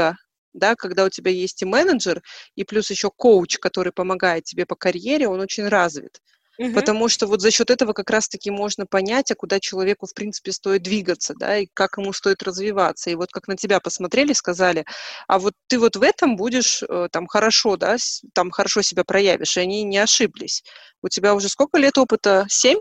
да, когда у тебя есть и менеджер, и плюс еще коуч, который помогает тебе по карьере, он очень развит. Мгм. Потому что вот за счет этого как раз-таки можно понять, а куда человеку, в принципе, стоит двигаться, да, и как ему стоит развиваться. И вот как на тебя посмотрели, сказали, а вот ты вот в этом будешь э, там хорошо, да, с- там хорошо себя проявишь, и они не ошиблись. У тебя уже сколько лет опыта? Семь?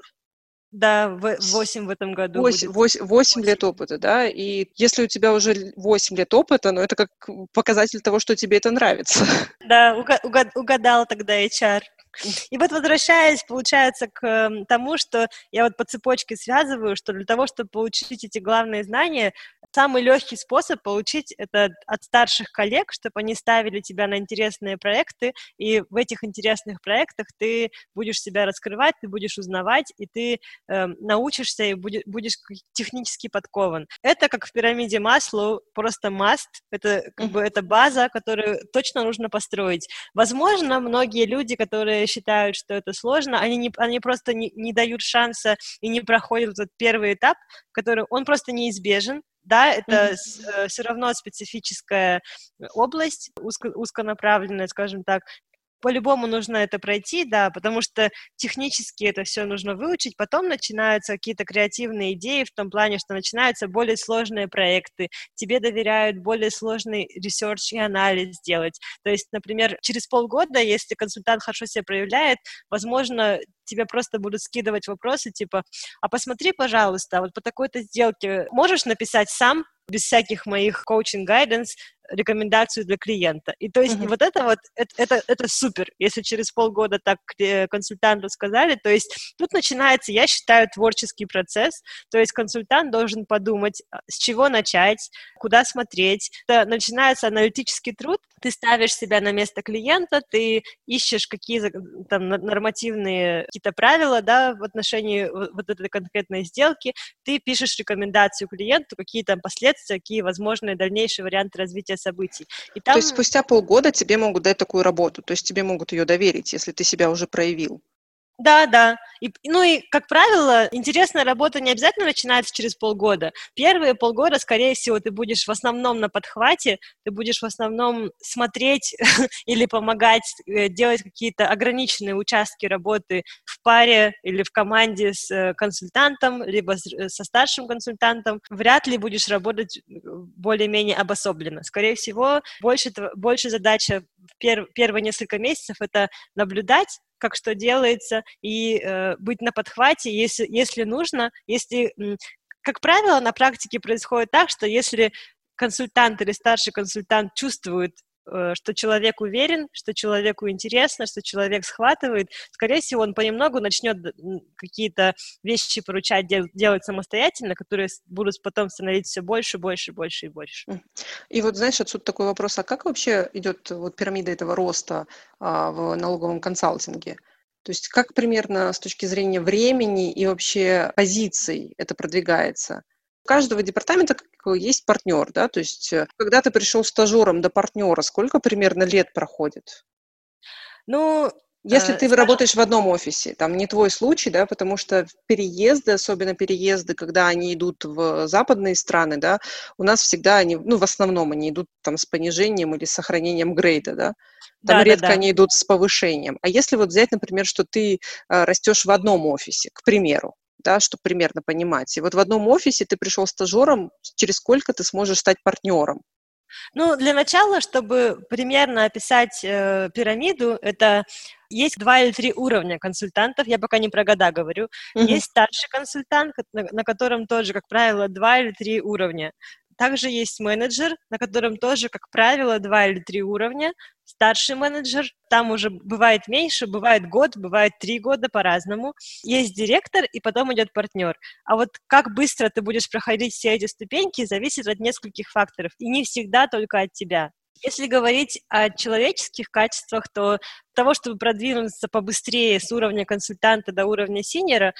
Да, в- восемь в этом году Восемь, будет. восемь, восемь Восемь. лет опыта, да, и если у тебя уже восемь лет опыта, ну, это как показатель того, что тебе это нравится. Да, уга- уга- угадал тогда эйч ар. И вот возвращаясь, получается, к эм, тому, что я вот по цепочке связываю, что для того, чтобы получить эти главные знания, самый легкий способ получить это от старших коллег, чтобы они ставили тебя на интересные проекты, и в этих интересных проектах ты будешь себя раскрывать, ты будешь узнавать, и ты эм, научишься и буде- будешь к- технически подкован. Это как в пирамиде Маслоу, просто must, это как бы это база, которую точно нужно построить. Возможно, многие люди, которые считают, что это сложно, они, не, они просто не, не дают шанса и не проходят этот первый этап, который, он просто неизбежен. Да, это Мгм. все равно специфическая область, узко, узконаправленная, скажем так. По-любому нужно это пройти, да, потому что технически это все нужно выучить, потом начинаются какие-то креативные идеи в том плане, что начинаются более сложные проекты, тебе доверяют более сложный ресерч и анализ делать. То есть, например, через полгода, если консультант хорошо себя проявляет, возможно, тебе просто будут скидывать вопросы типа, а посмотри, пожалуйста, вот по такой-то сделке можешь написать сам, без всяких моих коучинг-гайденс, рекомендацию для клиента. И то есть и Мгм. вот это вот, это, это, это супер, если через полгода так э, консультанту сказали, то есть тут начинается, я считаю, творческий процесс, то есть консультант должен подумать, а, с чего начать, куда смотреть. Это начинается аналитический труд, ты ставишь себя на место клиента, ты ищешь какие там нормативные какие-то правила, да, в отношении вот этой конкретной сделки, ты пишешь рекомендацию клиенту, какие там последствия, какие возможные дальнейшие варианты развития событий. И То есть там спустя полгода тебе могут дать такую работу, то есть тебе могут ее доверить, если ты себя уже проявил. да, да. И, ну и, как правило, интересная работа не обязательно начинается через полгода. Первые полгода, скорее всего, ты будешь в основном на подхвате, ты будешь в основном смотреть или помогать э, делать какие-то ограниченные участки работы в паре или в команде с э, консультантом, либо с, э, со старшим консультантом. Вряд ли будешь работать э, более-менее обособленно. Скорее всего, больше, тв- больше задача в пер- первые несколько месяцев — это наблюдать, как что делается, и э, быть на подхвате, если, если нужно, если, м, как правило, на практике происходит так, что если консультант или старший консультант чувствует, э, что человек уверен, что человеку интересно, что человек схватывает, скорее всего, он понемногу начнет м, какие-то вещи поручать дел- делать самостоятельно, которые с- будут потом становиться все больше, больше, больше и больше. М. И вот, знаешь, отсюда такой вопрос, а как вообще идет вот пирамида этого роста а, в налоговом консалтинге? То есть как примерно с точки зрения времени и вообще позиций это продвигается? У каждого департамента как бы есть партнер, да, то есть э, когда ты пришел стажером до партнера, сколько примерно лет проходит? Ну, Если э, ты скажем, работаешь в одном офисе, там не твой случай, да, потому что переезды, особенно переезды, когда они идут в западные страны, да, у нас всегда они, ну, в основном они идут там с понижением или с сохранением грейда, да, там редко да-да-да. они идут с повышением. А если вот взять, например, что ты а, растешь в одном офисе, к примеру, да, чтобы примерно понимать, и вот в одном офисе ты пришел стажером, через сколько ты сможешь стать партнером? Ну, для начала, чтобы примерно описать э, пирамиду, это есть два или три уровня консультантов, я пока не про года говорю. Мгм. Есть старший консультант, ко- на, на котором тоже, как правило, два или три уровня. Также есть менеджер, на котором тоже, как правило, два или три уровня. Старший менеджер, там уже бывает меньше, бывает год, бывает три года по-разному. Есть директор, и потом идет партнер. А вот как быстро ты будешь проходить все эти ступеньки, зависит от нескольких факторов, и не всегда только от тебя. Если говорить о человеческих качествах, то для того, чтобы продвинуться побыстрее с уровня консультанта до уровня синьора,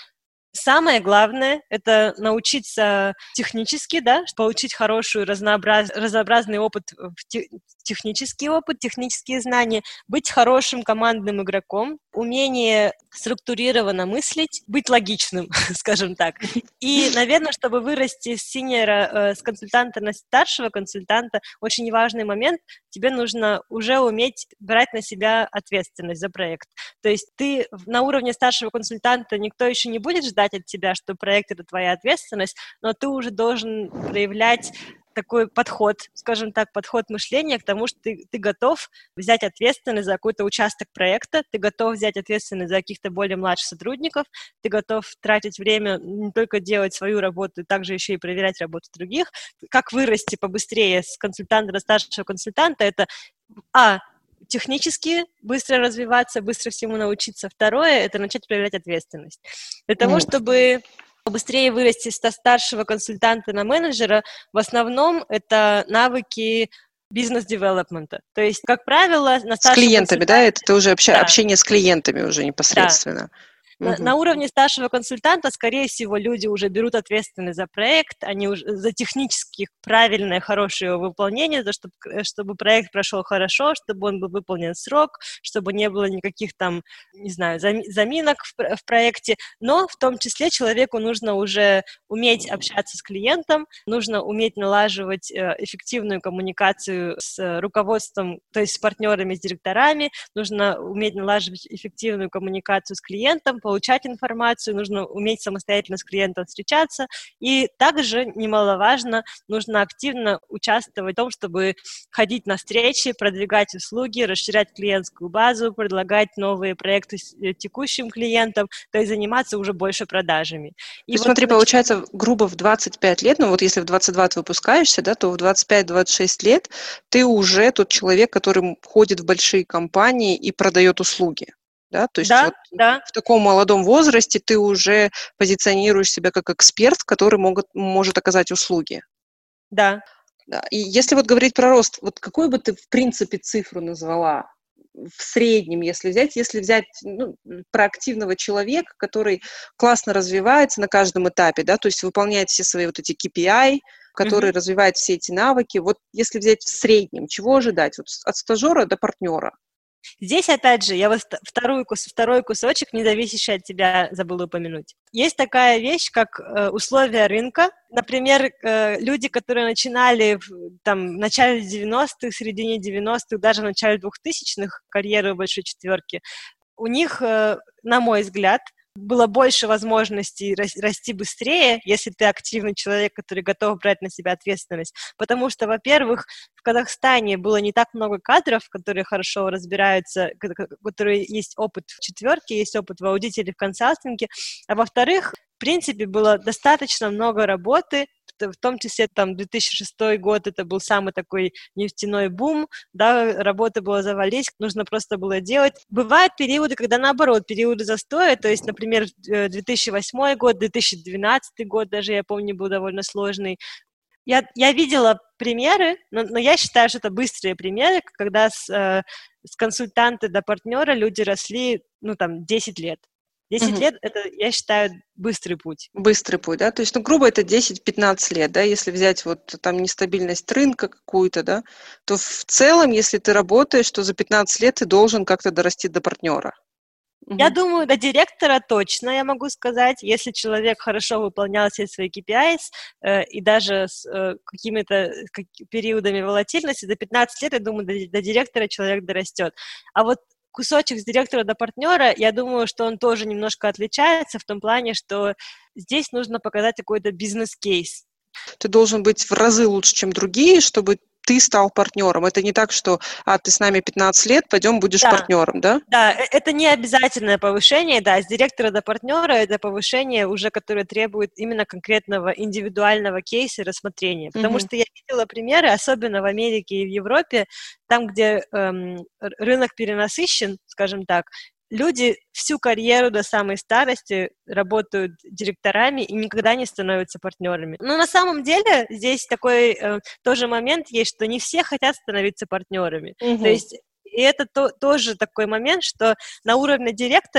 Самое главное — это научиться технически, да, получить хороший разнообраз... разнообразный опыт, те... технический опыт, технические знания, быть хорошим командным игроком, умение структурированно мыслить, быть логичным, скажем так. И, наверное, чтобы вырасти с синьора, с консультанта на старшего консультанта, очень важный момент — тебе нужно уже уметь брать на себя ответственность за проект. То есть ты на уровне старшего консультанта, никто еще не будет ждать от тебя, что проект — это твоя ответственность, но ты уже должен проявлять такой подход, скажем так, подход мышления к тому, что ты, ты готов взять ответственность за какой-то участок проекта, ты готов взять ответственность за каких-то более младших сотрудников, ты готов тратить время не только делать свою работу, также еще и проверять работу других. Как вырасти побыстрее с консультанта до старшего консультанта — это а. технически быстро развиваться, быстро всему научиться. Второе — это начать проявлять ответственность. Для того, чтобы быстрее вырасти со старшего консультанта на менеджера, в основном это навыки бизнес-девелопмента. То есть, как правило, на старшем... С клиентами, да? Это ты уже обща... да. общение с клиентами уже непосредственно. Да. На, угу. на уровне старшего консультанта, скорее всего, люди уже берут ответственность за проект, они уже за технически правильное, хорошее его выполнение, за чтобы, чтобы проект прошел хорошо, чтобы он был выполнен в срок, чтобы не было никаких там, не знаю, заминок в, в проекте. Но в том числе человеку нужно уже уметь общаться с клиентом, нужно уметь налаживать эффективную коммуникацию с руководством, то есть с партнерами, с директорами, нужно уметь налаживать эффективную коммуникацию с клиентом, получать информацию, нужно уметь самостоятельно с клиентом встречаться, и также, немаловажно, нужно активно участвовать в том, чтобы ходить на встречи, продвигать услуги, расширять клиентскую базу, предлагать новые проекты текущим клиентам, то есть заниматься уже больше продажами. И вот смотри, нач... получается, грубо в двадцать пять лет, ну вот если в двадцать два ты выпускаешься, да, то в двадцать пять - двадцать шесть лет ты уже тот человек, который ходит в большие компании и продает услуги. Да, то есть да, вот да. в таком молодом возрасте ты уже позиционируешь себя как эксперт, который могут, может оказать услуги. Да. Да. И если вот говорить про рост, вот какую бы ты в принципе цифру назвала в среднем, если взять, если взять ну, про активного человека, который классно развивается на каждом этапе, да, то есть выполняет все свои вот эти кей пи ай, который mm-hmm. развивает все эти навыки, вот если взять в среднем, чего ожидать вот от стажера до партнера? Здесь, опять же, я вот второй, кус, второй кусочек, не зависящий от тебя, забыла упомянуть. Есть такая вещь, как э, условия рынка. Например, э, люди, которые начинали в, там, в начале девяностых, в середине девяностых, даже в начале двухтысячных карьеры в большой четверке, у них, э, на мой взгляд, было больше возможностей расти быстрее, если ты активный человек, который готов брать на себя ответственность. Потому что, во-первых, в Казахстане было не так много кадров, которые хорошо разбираются, которые есть опыт в четверке, есть опыт в аудите или в консалтинге. А во-вторых, в принципе, было достаточно много работы, в том числе там две тысячи шестой год, это был самый такой нефтяной бум, да, работы было завалить, нужно просто было делать. Бывают периоды, когда наоборот, периоды застоя, то есть, например, две тысячи восьмой год, две тысячи двенадцатый год даже, я помню, был довольно сложный. Я, я видела примеры, но, но я считаю, что это быстрые примеры, когда с, э, с консультанта до партнера люди росли, ну, там, десять лет. десять угу. лет – это, я считаю, быстрый путь. Быстрый путь, да? То есть, ну, грубо, это десять-пятнадцать лет, да? Если взять вот там нестабильность рынка какую-то, да, то в целом, если ты работаешь, то за пятнадцать лет ты должен как-то дорасти до партнера. Я угу. думаю, до директора точно, я могу сказать. Если человек хорошо выполнял все свои кей пи ай э, и даже с э, какими-то как, периодами волатильности, до пятнадцати лет, я думаю, до, до директора человек дорастет. А вот кусочек с директора до партнера, я думаю, что он тоже немножко отличается в том плане, что здесь нужно показать какой-то бизнес-кейс. Ты должен быть в разы лучше, чем другие, чтобы ты стал партнером. Это не так, что а, ты с нами пятнадцать лет, пойдем будешь да. партнером, да? Да, это не обязательное повышение, да, с директора до партнера это повышение уже, которое требует именно конкретного индивидуального кейса и рассмотрения. Потому mm-hmm. что я видела примеры, особенно в Америке и в Европе, там, где эм, рынок перенасыщен, скажем так, люди всю карьеру до самой старости работают директорами и никогда не становятся партнерами. Но на самом деле здесь такой э, тоже момент есть, что не все хотят становиться партнерами. Mm-hmm. То есть и это то, тоже такой момент, что на уровне директора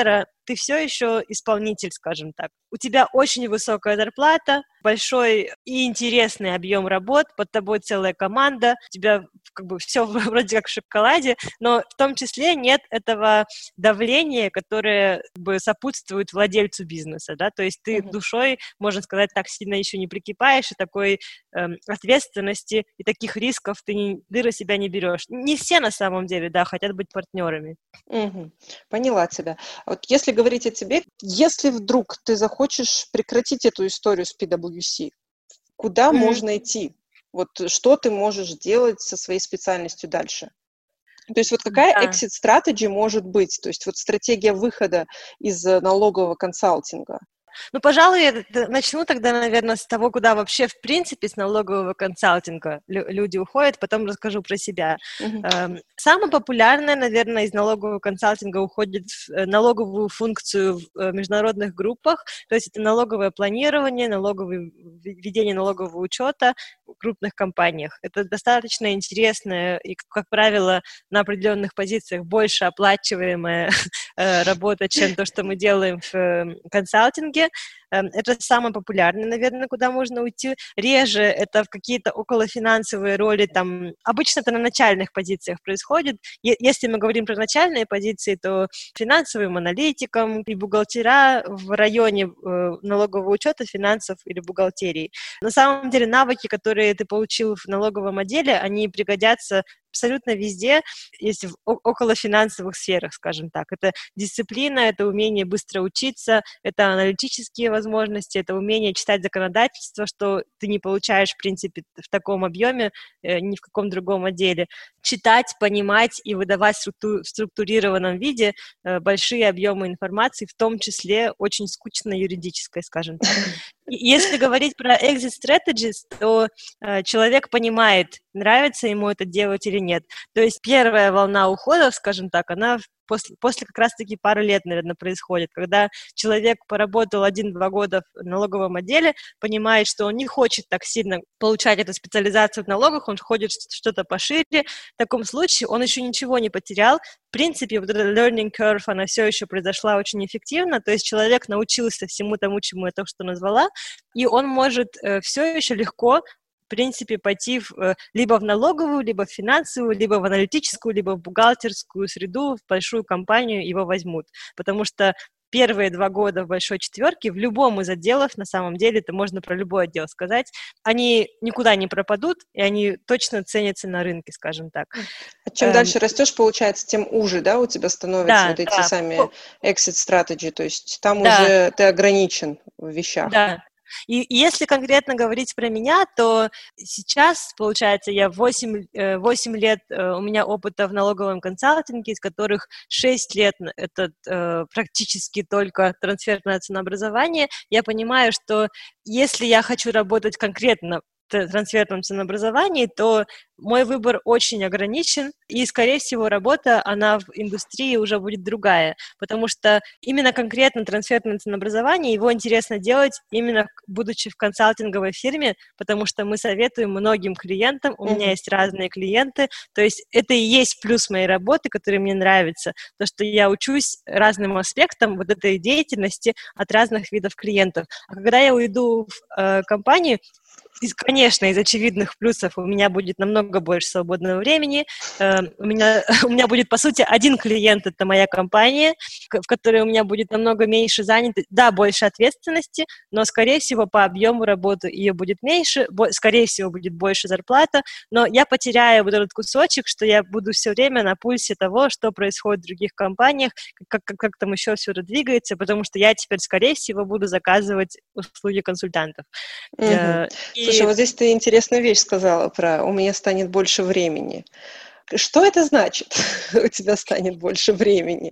ты все еще исполнитель, скажем так. У тебя очень высокая зарплата, большой и интересный объем работ, под тобой целая команда, у тебя как бы все вроде как в шоколаде, но в том числе нет этого давления, которое как бы сопутствует владельцу бизнеса, да, то есть ты uh-huh. душой, можно сказать, так сильно еще не прикипаешь, и такой эм, ответственности и таких рисков ты, не, ты на себя не берешь. Не все на самом деле, да, хотят быть партнерами. Uh-huh. Поняла тебя. Вот если говорить о тебе, если вдруг ты захочешь прекратить эту историю с пи дабл ю си, куда uh-huh. можно идти? Вот что ты можешь делать со своей специальностью дальше? То есть вот какая да. exit strategy может быть? То есть вот стратегия выхода из налогового консалтинга? Ну, пожалуй, я начну тогда, наверное, с того, куда вообще, в принципе, с налогового консалтинга люди уходят, потом расскажу про себя. Uh-huh. Самое популярное, наверное, из налогового консалтинга уходит в налоговую функцию в международных группах, то есть это налоговое планирование, налоговое ведение налогового учета в крупных компаниях. Это достаточно интересная и, как правило, на определенных позициях больше оплачиваемая работа, чем то, что мы делаем в консалтинге. Это самое популярное, наверное, куда можно уйти. Реже это в какие-то околофинансовые роли, там, обычно это на начальных позициях происходит. Если мы говорим про начальные позиции, то финансовым аналитикам и бухгалтера в районе э, налогового учета, финансов или бухгалтерии. На самом деле навыки, которые ты получил в налоговом отделе, они пригодятся абсолютно везде, если в околофинансовых сферах, скажем так. Это дисциплина, это умение быстро учиться, это аналитические возможности, это умение читать законодательство, что ты не получаешь, в принципе, в таком объеме, э, ни в каком другом отделе. Читать, понимать и выдавать в структу- в структурированном виде э, большие объемы информации, в том числе очень скучной юридической, скажем так. Если говорить про exit strategies, то э, человек понимает, нравится ему это делать или нет. То есть первая волна уходов, скажем так, она после, после как раз-таки пары лет, наверное, происходит, когда человек поработал один-два года в налоговом отделе, понимает, что он не хочет так сильно получать эту специализацию в налогах, он хочет что-то пошире. В таком случае он еще ничего не потерял. В принципе, вот эта learning curve, она все еще произошла очень эффективно, то есть человек научился всему тому, чему я только что назвала, и он может э, все еще легко, в принципе, пойти в, э, либо в налоговую, либо в финансовую, либо в аналитическую, либо в бухгалтерскую среду, в большую компанию его возьмут, потому что первые два года в большой четверке в любом из отделов, на самом деле, это можно про любой отдел сказать, они никуда не пропадут, и они точно ценятся на рынке, скажем так. А чем эм... дальше растешь, получается, тем уже, да, у тебя становятся да, вот эти да. сами exit strategy, то есть там да. уже ты ограничен в вещах. Да. И если конкретно говорить про меня, то сейчас, получается, я восемь, восемь лет, у меня опыта в налоговом консалтинге, из которых шесть лет это практически только трансферное ценообразование. Я понимаю, что если я хочу работать конкретно трансферном ценообразовании, то мой выбор очень ограничен, и, скорее всего, работа, она в индустрии уже будет другая, потому что именно конкретно трансферное ценообразование, его интересно делать именно будучи в консалтинговой фирме, потому что мы советуем многим клиентам, у mm-hmm. меня есть разные клиенты, то есть это и есть плюс моей работы, который мне нравится, то, что я учусь разным аспектам вот этой деятельности от разных видов клиентов. А когда я уйду в э, компанию, конечно, из очевидных плюсов у меня будет намного больше свободного времени. У меня, у меня будет, по сути, один клиент, это моя компания, в которой у меня будет намного меньше занятости, да, больше ответственности, но, скорее всего, по объему работы ее будет меньше, скорее всего, будет больше зарплата, но я потеряю вот этот кусочек, что я буду все время на пульсе того, что происходит в других компаниях, как, как, как там еще все это двигается, потому что я теперь, скорее всего, буду заказывать услуги консультантов. Mm-hmm. И... Слушай, вот здесь ты интересную вещь сказала про «у меня станет больше времени». Что это значит? У тебя станет больше времени?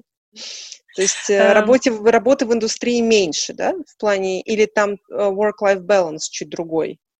То есть um... работе, работы в индустрии меньше, да, в плане, или там work-life balance чуть другой?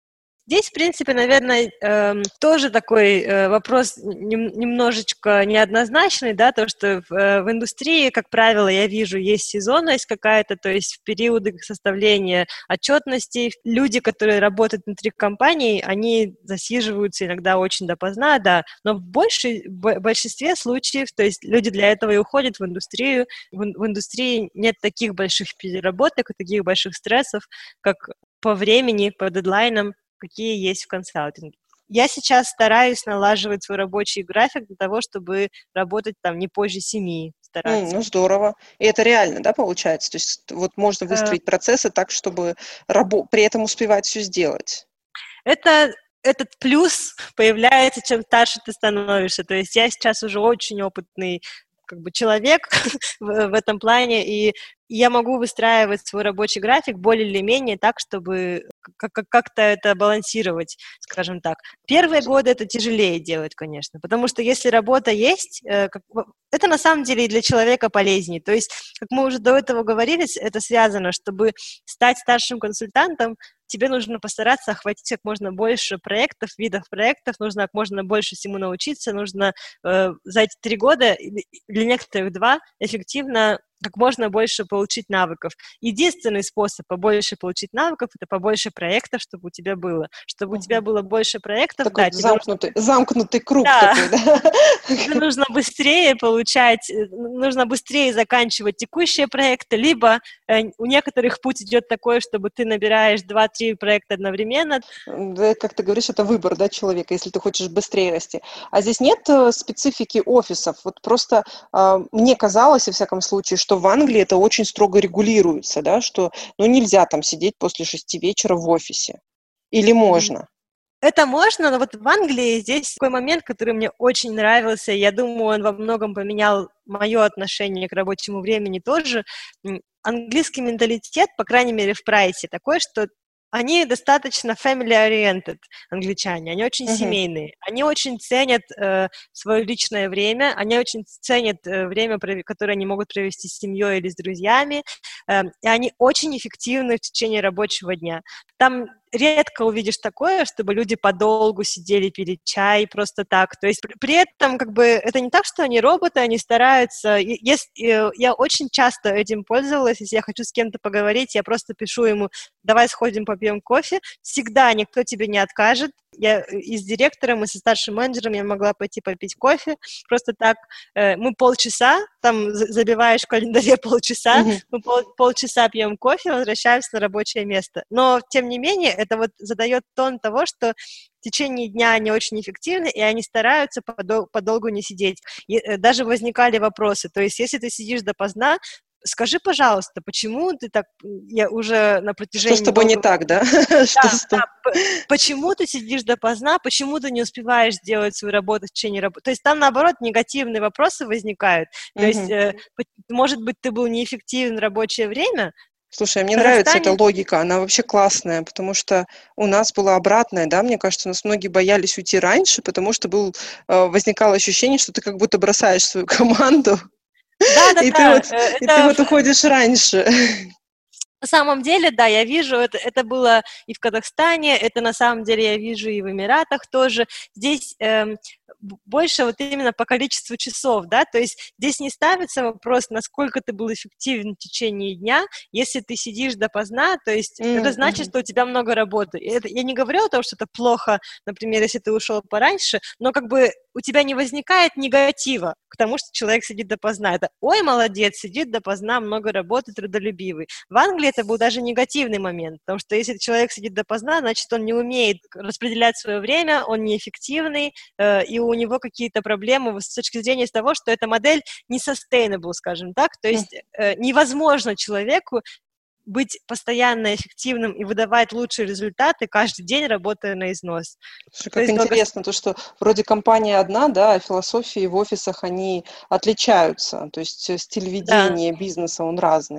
Здесь, в принципе, наверное, э, тоже такой э, вопрос нем, немножечко неоднозначный, да, то, что в, э, в индустрии, как правило, я вижу, есть сезонность какая-то, то есть в периоды составления отчетностей люди, которые работают внутри компании, они засиживаются иногда очень допоздна, да, но в, большей, в большинстве случаев, то есть люди для этого и уходят в индустрию, в, в индустрии нет таких больших переработок и таких больших стрессов, как по времени, по дедлайнам, какие есть в консалтинге. Я сейчас стараюсь налаживать свой рабочий график для того, чтобы работать там не позже семи. Mm, ну, здорово. И это реально, да, получается? То есть вот можно выстроить uh, процессы так, чтобы рабо- при этом успевать все сделать? Это... Этот плюс появляется, чем старше ты становишься. То есть я сейчас уже очень опытный как бы человек в, в этом плане, и я могу выстраивать свой рабочий график более или менее так, чтобы как- как-то это балансировать, скажем так. Первые годы это тяжелее делать, конечно, потому что если работа есть, э, как, это на самом деле и для человека полезнее. То есть, как мы уже до этого говорили, это связано, чтобы стать старшим консультантом, тебе нужно постараться охватить как можно больше проектов, видов проектов, нужно как можно больше всему научиться, нужно э, за эти три года, для некоторых два, эффективно как можно больше получить навыков. Единственный способ побольше получить навыков – это побольше проектов, чтобы у тебя было. Чтобы угу. у тебя было больше проектов, такой да, замкнутый, нужно... замкнутый круг да. такой, да? Тебе нужно быстрее получать, нужно быстрее заканчивать текущие проекты, либо э, у некоторых путь идет такой, чтобы ты набираешь два-три проекта одновременно. Да, как ты говоришь, это выбор, да, человека, если ты хочешь быстрее расти. А здесь нет специфики офисов? Вот просто э, мне казалось, во всяком случае, что в Англии это очень строго регулируется, да, что ну, нельзя там сидеть после шести вечера в офисе. Или можно? Это можно, но вот в Англии здесь такой момент, который мне очень нравился, я думаю, он во многом поменял мое отношение к рабочему времени тоже. Английский менталитет, по крайней мере, в прайсе такой, что они достаточно family-oriented, англичане, они очень uh-huh. семейные, они очень ценят э, свое личное время, они очень ценят э, время, которое они могут провести с семьей или с друзьями, э, и они очень эффективны в течение рабочего дня. Там редко увидишь такое, чтобы люди подолгу сидели пили чай просто так. То есть при, при этом как бы это не так, что они роботы, они стараются. Если, я очень часто этим пользовалась, если я хочу с кем-то поговорить, я просто пишу ему: давай сходим попьем кофе. Всегда никто тебе не откажет. Я и с директором, и со старшим менеджером я могла пойти попить кофе. Просто так мы полчаса, там забиваешь в календаре полчаса, mm-hmm. мы пол, полчаса пьем кофе, возвращаемся на рабочее место. Но, тем не менее, это вот задает тон того, что в течение дня они очень эффективны, и они стараются подол- подолгу не сидеть. И даже возникали вопросы. То есть, если ты сидишь допоздна, скажи, пожалуйста, почему ты так, я уже на протяжении... Что с тобой долгого... не так, да? Да, да. Почему ты сидишь допоздна, почему ты не успеваешь сделать свою работу в течение работы? То есть там, наоборот, негативные вопросы возникают. То mm-hmm. есть, э, может быть, ты был неэффективен в рабочее время. Слушай, мне нравится эта логика, она вообще классная, потому что у нас была обратная, да, мне кажется, у нас многие боялись уйти раньше, потому что был, возникало ощущение, что ты как будто бросаешь свою команду, да, да, и, да. Ты вот, это... и ты вот уходишь раньше. На самом деле, да, я вижу, это, это было и в Казахстане, это на самом деле я вижу и в Эмиратах тоже. Здесь эм, больше вот именно по количеству часов, да, то есть здесь не ставится вопрос, насколько ты был эффективен в течение дня. Если ты сидишь допоздна, то есть mm-hmm. это значит, что у тебя много работы. Это, я не говорю о том, что это плохо, например, если ты ушел пораньше, но как бы у тебя не возникает негатива к тому, что человек сидит допоздна. Это «Ой, молодец, сидит допоздна, много работы, трудолюбивый». В Англии это был даже негативный момент, потому что если человек сидит допоздна, значит, он не умеет распределять свое время, он неэффективный, э, и у него какие-то проблемы с точки зрения того, что эта модель не sustainable, скажем так, то есть э, невозможно человеку быть постоянно эффективным и выдавать лучшие результаты каждый день, работая на износ. Слушай, как то интересно, только... то, что вроде компания одна, да, а философии в офисах, они отличаются, то есть стиль ведения да. бизнеса, он разный.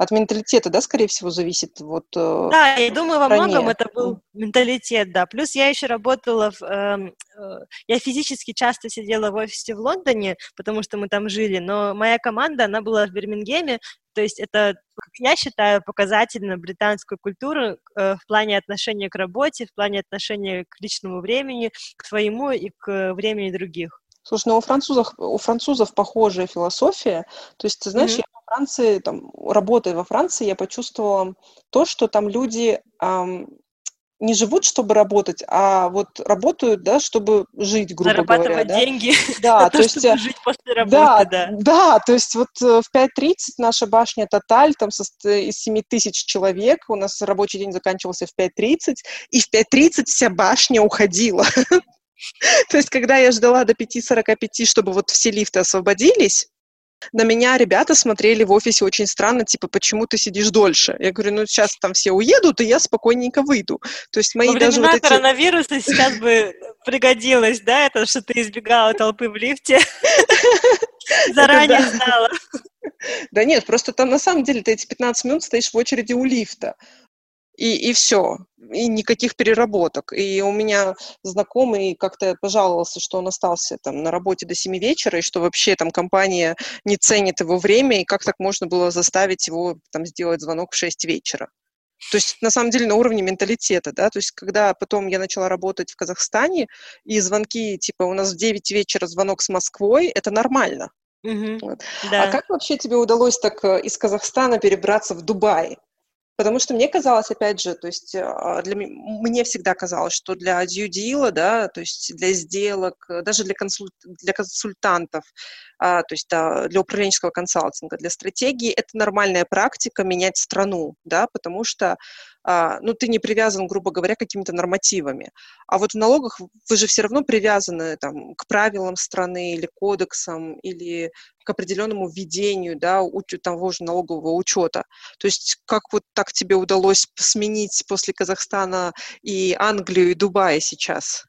от менталитета, да, скорее всего, зависит. Вот, э, да, я думаю, во стране. многом это был менталитет, да. Плюс я еще работала, в, э, э, я физически часто сидела в офисе в Лондоне, потому что мы там жили, но моя команда, она была в Бирмингеме, то есть это, как я считаю, показательно британскую культуру э, в плане отношения к работе, в плане отношения к личному времени, к своему и к времени других. Слушай, ну у французов, у французов похожая философия. То есть, ты знаешь, Мгм. я во Франции, там, работая во Франции, я почувствовала то, что там люди ам, не живут, чтобы работать, а вот работают, да, чтобы жить, грубо говоря, Зарабатывать да. деньги на Да, то то, есть, э, чтобы жить после работы, да, да. да, то есть вот э, в пять тридцать наша башня Тоталь там состо- из семи тысяч человек, у нас рабочий день заканчивался в пять тридцать, и в пять тридцать вся башня уходила. То есть, когда я ждала до пяти сорока пяти, чтобы вот все лифты освободились, на меня ребята смотрели в офисе очень странно, типа, почему ты сидишь дольше? Я говорю, ну, сейчас там все уедут, и я спокойненько выйду. То есть Во мои даже вот времена эти... коронавируса сейчас бы пригодилось, да, это, что ты избегала толпы в лифте, Это заранее да. знала. Да нет, просто там на самом деле ты эти пятнадцать минут стоишь в очереди у лифта. И, и все, и никаких переработок. И у меня знакомый как-то пожаловался, что он остался там на работе до семи вечера, и что вообще там компания не ценит его время, и как так можно было заставить его там сделать звонок в шесть вечера. То есть, на самом деле, на уровне менталитета, да, то есть, когда потом я начала работать в Казахстане, и звонки, типа, у нас в девять вечера звонок с Москвой, это нормально. Мгм. Вот. А Да. как вообще тебе удалось так э, из Казахстана перебраться в Дубай? Потому что мне казалось, опять же, то есть а, для м- мне всегда казалось, что для due deal, да, то есть для сделок, э, даже для, консуль- для консультантов, а, то есть да, для управленческого консалтинга, для стратегии это нормальная практика менять страну, да, потому что а, ну, ты не привязан, грубо говоря, какими-то нормативами. А вот в налогах вы же все равно привязаны там, к правилам страны или кодексам, или к определенному введению, да, у- того же налогового учета. То есть как вот так тебе удалось сменить после Казахстана и Англию, и Дубая сейчас?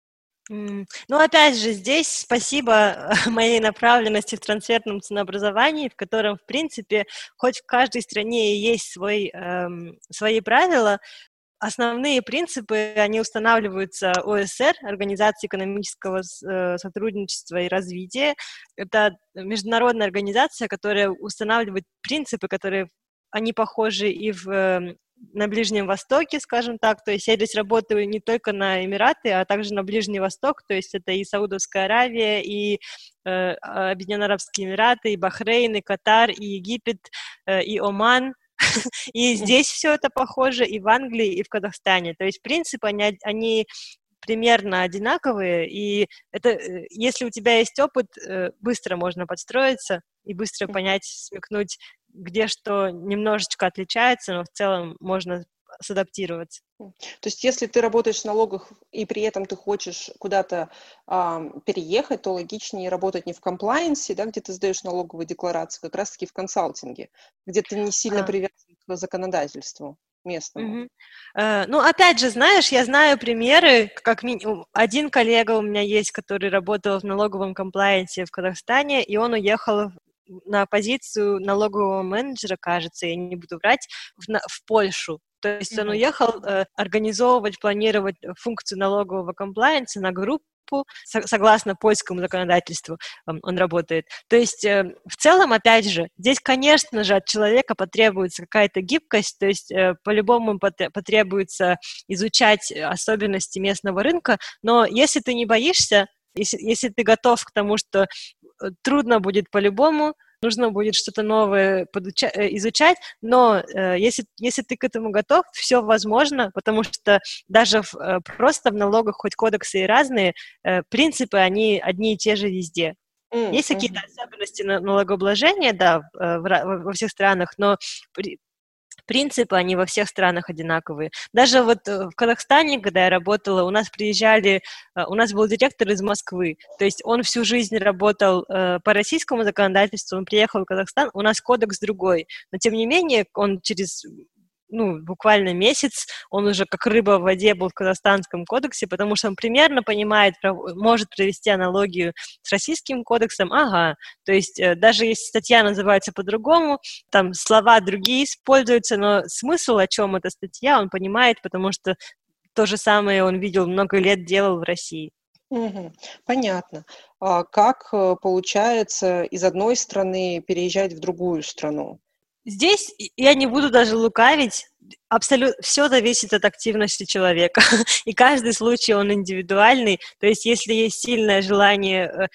М, Ну, опять же, здесь спасибо моей направленности в трансферном ценообразовании, в котором, в принципе, хоть в каждой стране и есть свой, эм, свои правила, основные принципы, они устанавливаются ОЭСР, Организацией экономического с- э, сотрудничества и развития. Это международная организация, которая устанавливает принципы, которые, они похожи и в, эм, на Ближнем Востоке, скажем так. То есть я здесь работаю не только на Эмираты, а также на Ближний Восток. То есть это и Саудовская Аравия, и э, Объединенные Арабские Эмираты, и Бахрейн, и Катар, и Египет, э, и Оман. И здесь все это похоже, и в Англии, и в Казахстане. То есть принципы, они, они примерно одинаковые, и это, э, если у тебя есть опыт, э, быстро можно подстроиться и быстро понять, смекнуть, где что немножечко отличается, но в целом можно садаптироваться. То есть если ты работаешь в налогах и при этом ты хочешь куда-то ам, переехать, то логичнее работать не в комплайенсе, да, где ты сдаешь налоговые декларации, как раз-таки в консалтинге, где ты не сильно А. привязан к законодательству местному. Мгм. Э, Ну, опять же, знаешь, я знаю примеры, как минимум, один коллега у меня есть, который работал в налоговом комплайенсе в Казахстане, и он уехал в- на позицию налогового менеджера, кажется, я не буду врать, в, на- в Польшу. То есть он Мгм. уехал э, организовывать, планировать э, функцию налогового комплайенса на группу, со- согласно польскому законодательству эм, он работает. То есть э, в целом, опять же, здесь, конечно же, от человека потребуется какая-то гибкость, то есть э, по-любому поте- потребуется изучать особенности местного рынка, но если ты не боишься, если, если ты готов к тому, что э, трудно будет по-любому, нужно будет что-то новое подуча- э, изучать, но э, если, если ты к этому готов, все возможно, потому что даже в, э, просто в налогах, хоть кодексы и разные, э, принципы, они одни и те же везде. М, Есть какие-то мгм. особенности на- налогообложения, да, в, э, в ра- во во всех странах, но при- принципы, они во всех странах одинаковые. Даже вот э, в Казахстане, когда я работала, у нас приезжали, э, у нас был директор из Москвы, то есть он всю жизнь работал э, по российскому законодательству, он приехал в Казахстан, у нас кодекс другой, но тем не менее он через ну, буквально месяц, он уже как рыба в воде был в Казахстанском кодексе, потому что он примерно понимает, может провести аналогию с Российским кодексом, ага, то есть даже если статья называется по-другому, там слова другие используются, но смысл, о чем эта статья, он понимает, потому что то же самое он видел много лет, делал в России. Угу. Понятно. А как получается из одной страны переезжать в другую страну? Здесь я не буду даже лукавить, абсолютно все зависит от активности человека, и каждый случай, он индивидуальный, то есть если есть сильное желание,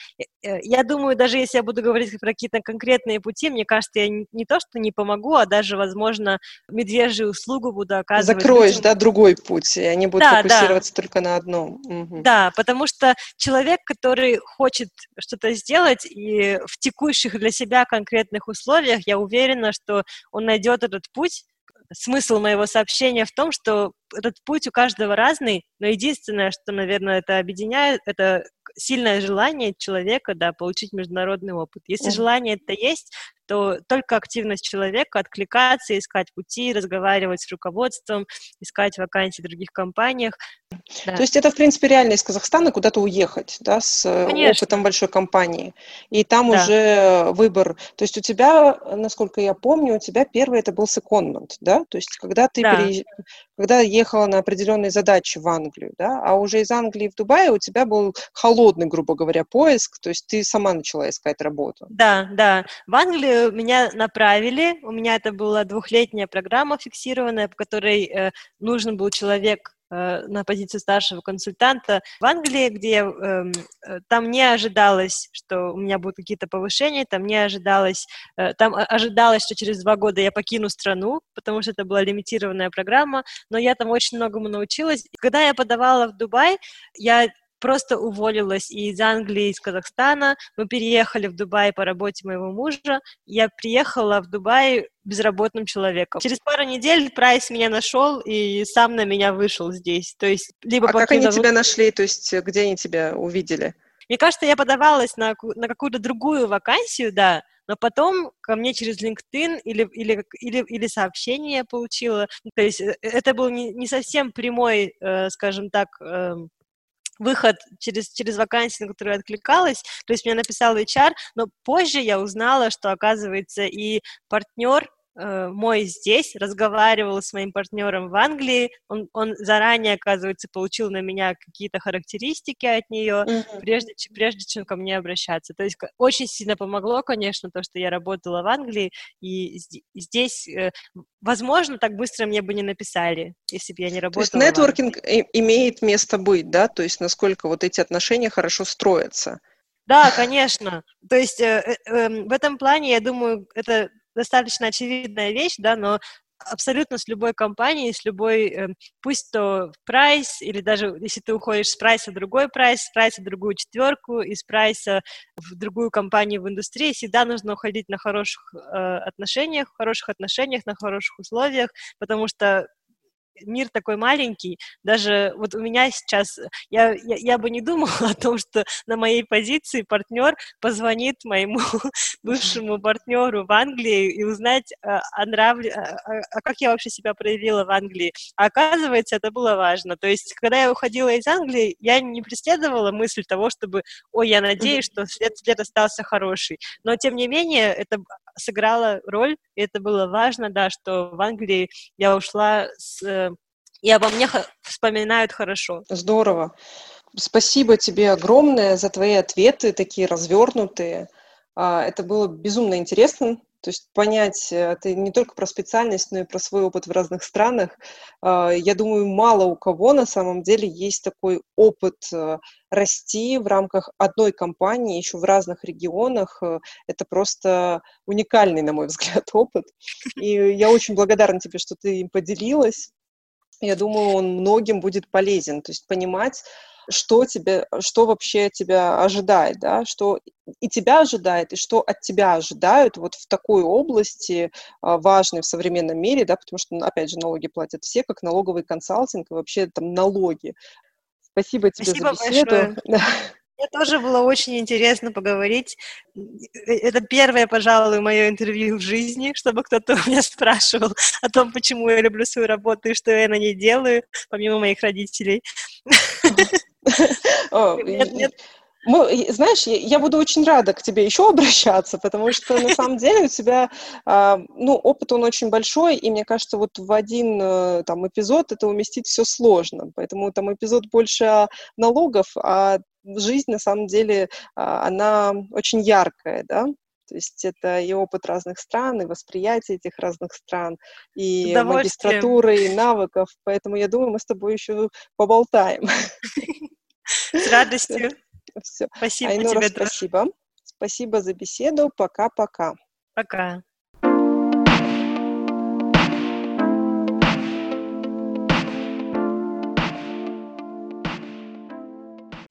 я думаю, даже если я буду говорить про какие-то конкретные пути, мне кажется, я не то, что не помогу, а даже, возможно, медвежью услугу буду оказывать. Закроешь, людям. Да, другой путь, и они будут да, фокусироваться да. только на одном. Угу. Да, потому что человек, который хочет что-то сделать, и в текущих для себя конкретных условиях, я уверена, что он найдет этот путь. Смысл моего сообщения в том, что этот путь у каждого разный, но единственное, что, наверное, это объединяет, это сильное желание человека, да, получить международный опыт. Если mm-hmm. желание это есть, то только активность человека, откликаться, искать пути, разговаривать с руководством, искать вакансии в других компаниях. Да. То есть это, в принципе, реально из Казахстана куда-то уехать, да, с Конечно. Опытом большой компании. И там да. уже выбор. То есть у тебя, насколько я помню, у тебя первый это был секондмент, да? То есть когда ты да. переезж... когда ехала на определенные задачи в Англию, да, а уже из Англии в Дубай у тебя был холодный, грубо говоря, поиск, то есть ты сама начала искать работу. Да, да. В Англию меня направили, у меня это была двухлетняя программа фиксированная, по которой э, нужен был человек на позицию старшего консультанта в Англии, где э, там не ожидалось, что у меня будут какие-то повышения, там не ожидалось, э, там ожидалось, что через два года я покину страну, потому что это была лимитированная программа, но я там очень многому научилась. И когда я подавала в Дубай, я просто уволилась и из Англии, и из Казахстана. Мы переехали в Дубай по работе моего мужа. Я приехала в Дубай безработным человеком. Через пару недель Прайс меня нашел и сам на меня вышел здесь. То есть, либо а покинул... как они тебя нашли? То есть, где они тебя увидели? Мне кажется, я подавалась на, на какую-то другую вакансию, да, но потом ко мне через LinkedIn или, или, или, или сообщение я получила. То есть это был не, не совсем прямой, э, скажем так, э, выход через, через вакансию, на которую я откликалась, то есть мне написал эйч ар, но позже я узнала, что, оказывается, и партнер э, мой здесь разговаривал с моим партнером в Англии, он, он заранее, оказывается, получил на меня какие-то характеристики от нее, mm-hmm. прежде, прежде чем ко мне обращаться. То есть очень сильно помогло, конечно, то, что я работала в Англии, и здесь, э, возможно, так быстро мне бы не написали, если бы я не работала. То есть нетворкинг имеет место быть, да? То есть насколько вот эти отношения хорошо строятся? Да, конечно. То есть э, э, в этом плане, я думаю, это достаточно очевидная вещь, да, но абсолютно с любой компанией, с любой, э, пусть то прайс, или даже если ты уходишь с прайса в другой прайс, с прайса в другую четверку, из прайса в другую компанию в индустрии, всегда нужно уходить на хороших э, отношениях, в хороших отношениях, на хороших условиях, потому что мир такой маленький, даже вот у меня сейчас, я, я, я бы не думала о том, что на моей позиции партнер позвонит моему бывшему партнеру в Англии и узнать, а, а, нрав... а, а как я вообще себя проявила в Англии. А оказывается, это было важно. То есть, когда я уходила из Англии, я не преследовала мысль того, чтобы, ой, я надеюсь, что след, след остался хороший. Но, тем не менее, это сыграло роль, и это было важно, да, что в Англии я ушла с... и обо мне х... вспоминают хорошо. Здорово. Спасибо тебе огромное за твои ответы, такие развернутые. Это было безумно интересно. То есть понять, ты не только про специальность, но и про свой опыт в разных странах. Я думаю, мало у кого на самом деле есть такой опыт расти в рамках одной компании, еще в разных регионах. Это просто уникальный, на мой взгляд, опыт. И я очень благодарна тебе, что ты им поделилась. Я думаю, он многим будет полезен. То есть понимать, что, тебе, что вообще тебя ожидает, да, что и тебя ожидает, и что от тебя ожидают вот в такой области, важной в современном мире, да, потому что, опять же, налоги платят все, как налоговый консалтинг, и вообще там налоги. Спасибо тебе Спасибо за беседу. большое. Мне тоже было очень интересно поговорить. Это первое, пожалуй, мое интервью в жизни, чтобы кто-то у меня спрашивал о том, почему я люблю свою работу и что я на ней делаю, помимо моих родителей. Нет, нет. Мы, знаешь, я буду очень рада к тебе еще обращаться, потому что на самом деле у тебя, ну, опыт, он очень большой, и мне кажется, вот в один там эпизод это уместить все сложно, поэтому там эпизод больше налогов, а жизнь, на самом деле, она очень яркая, да? То есть это и опыт разных стран, и восприятие этих разных стран, и магистратуры, и навыков, поэтому я думаю, мы с тобой еще поболтаем. С радостью. Все. Спасибо Айнура, тебе спасибо. Тоже. Спасибо за беседу. Пока-пока. Пока.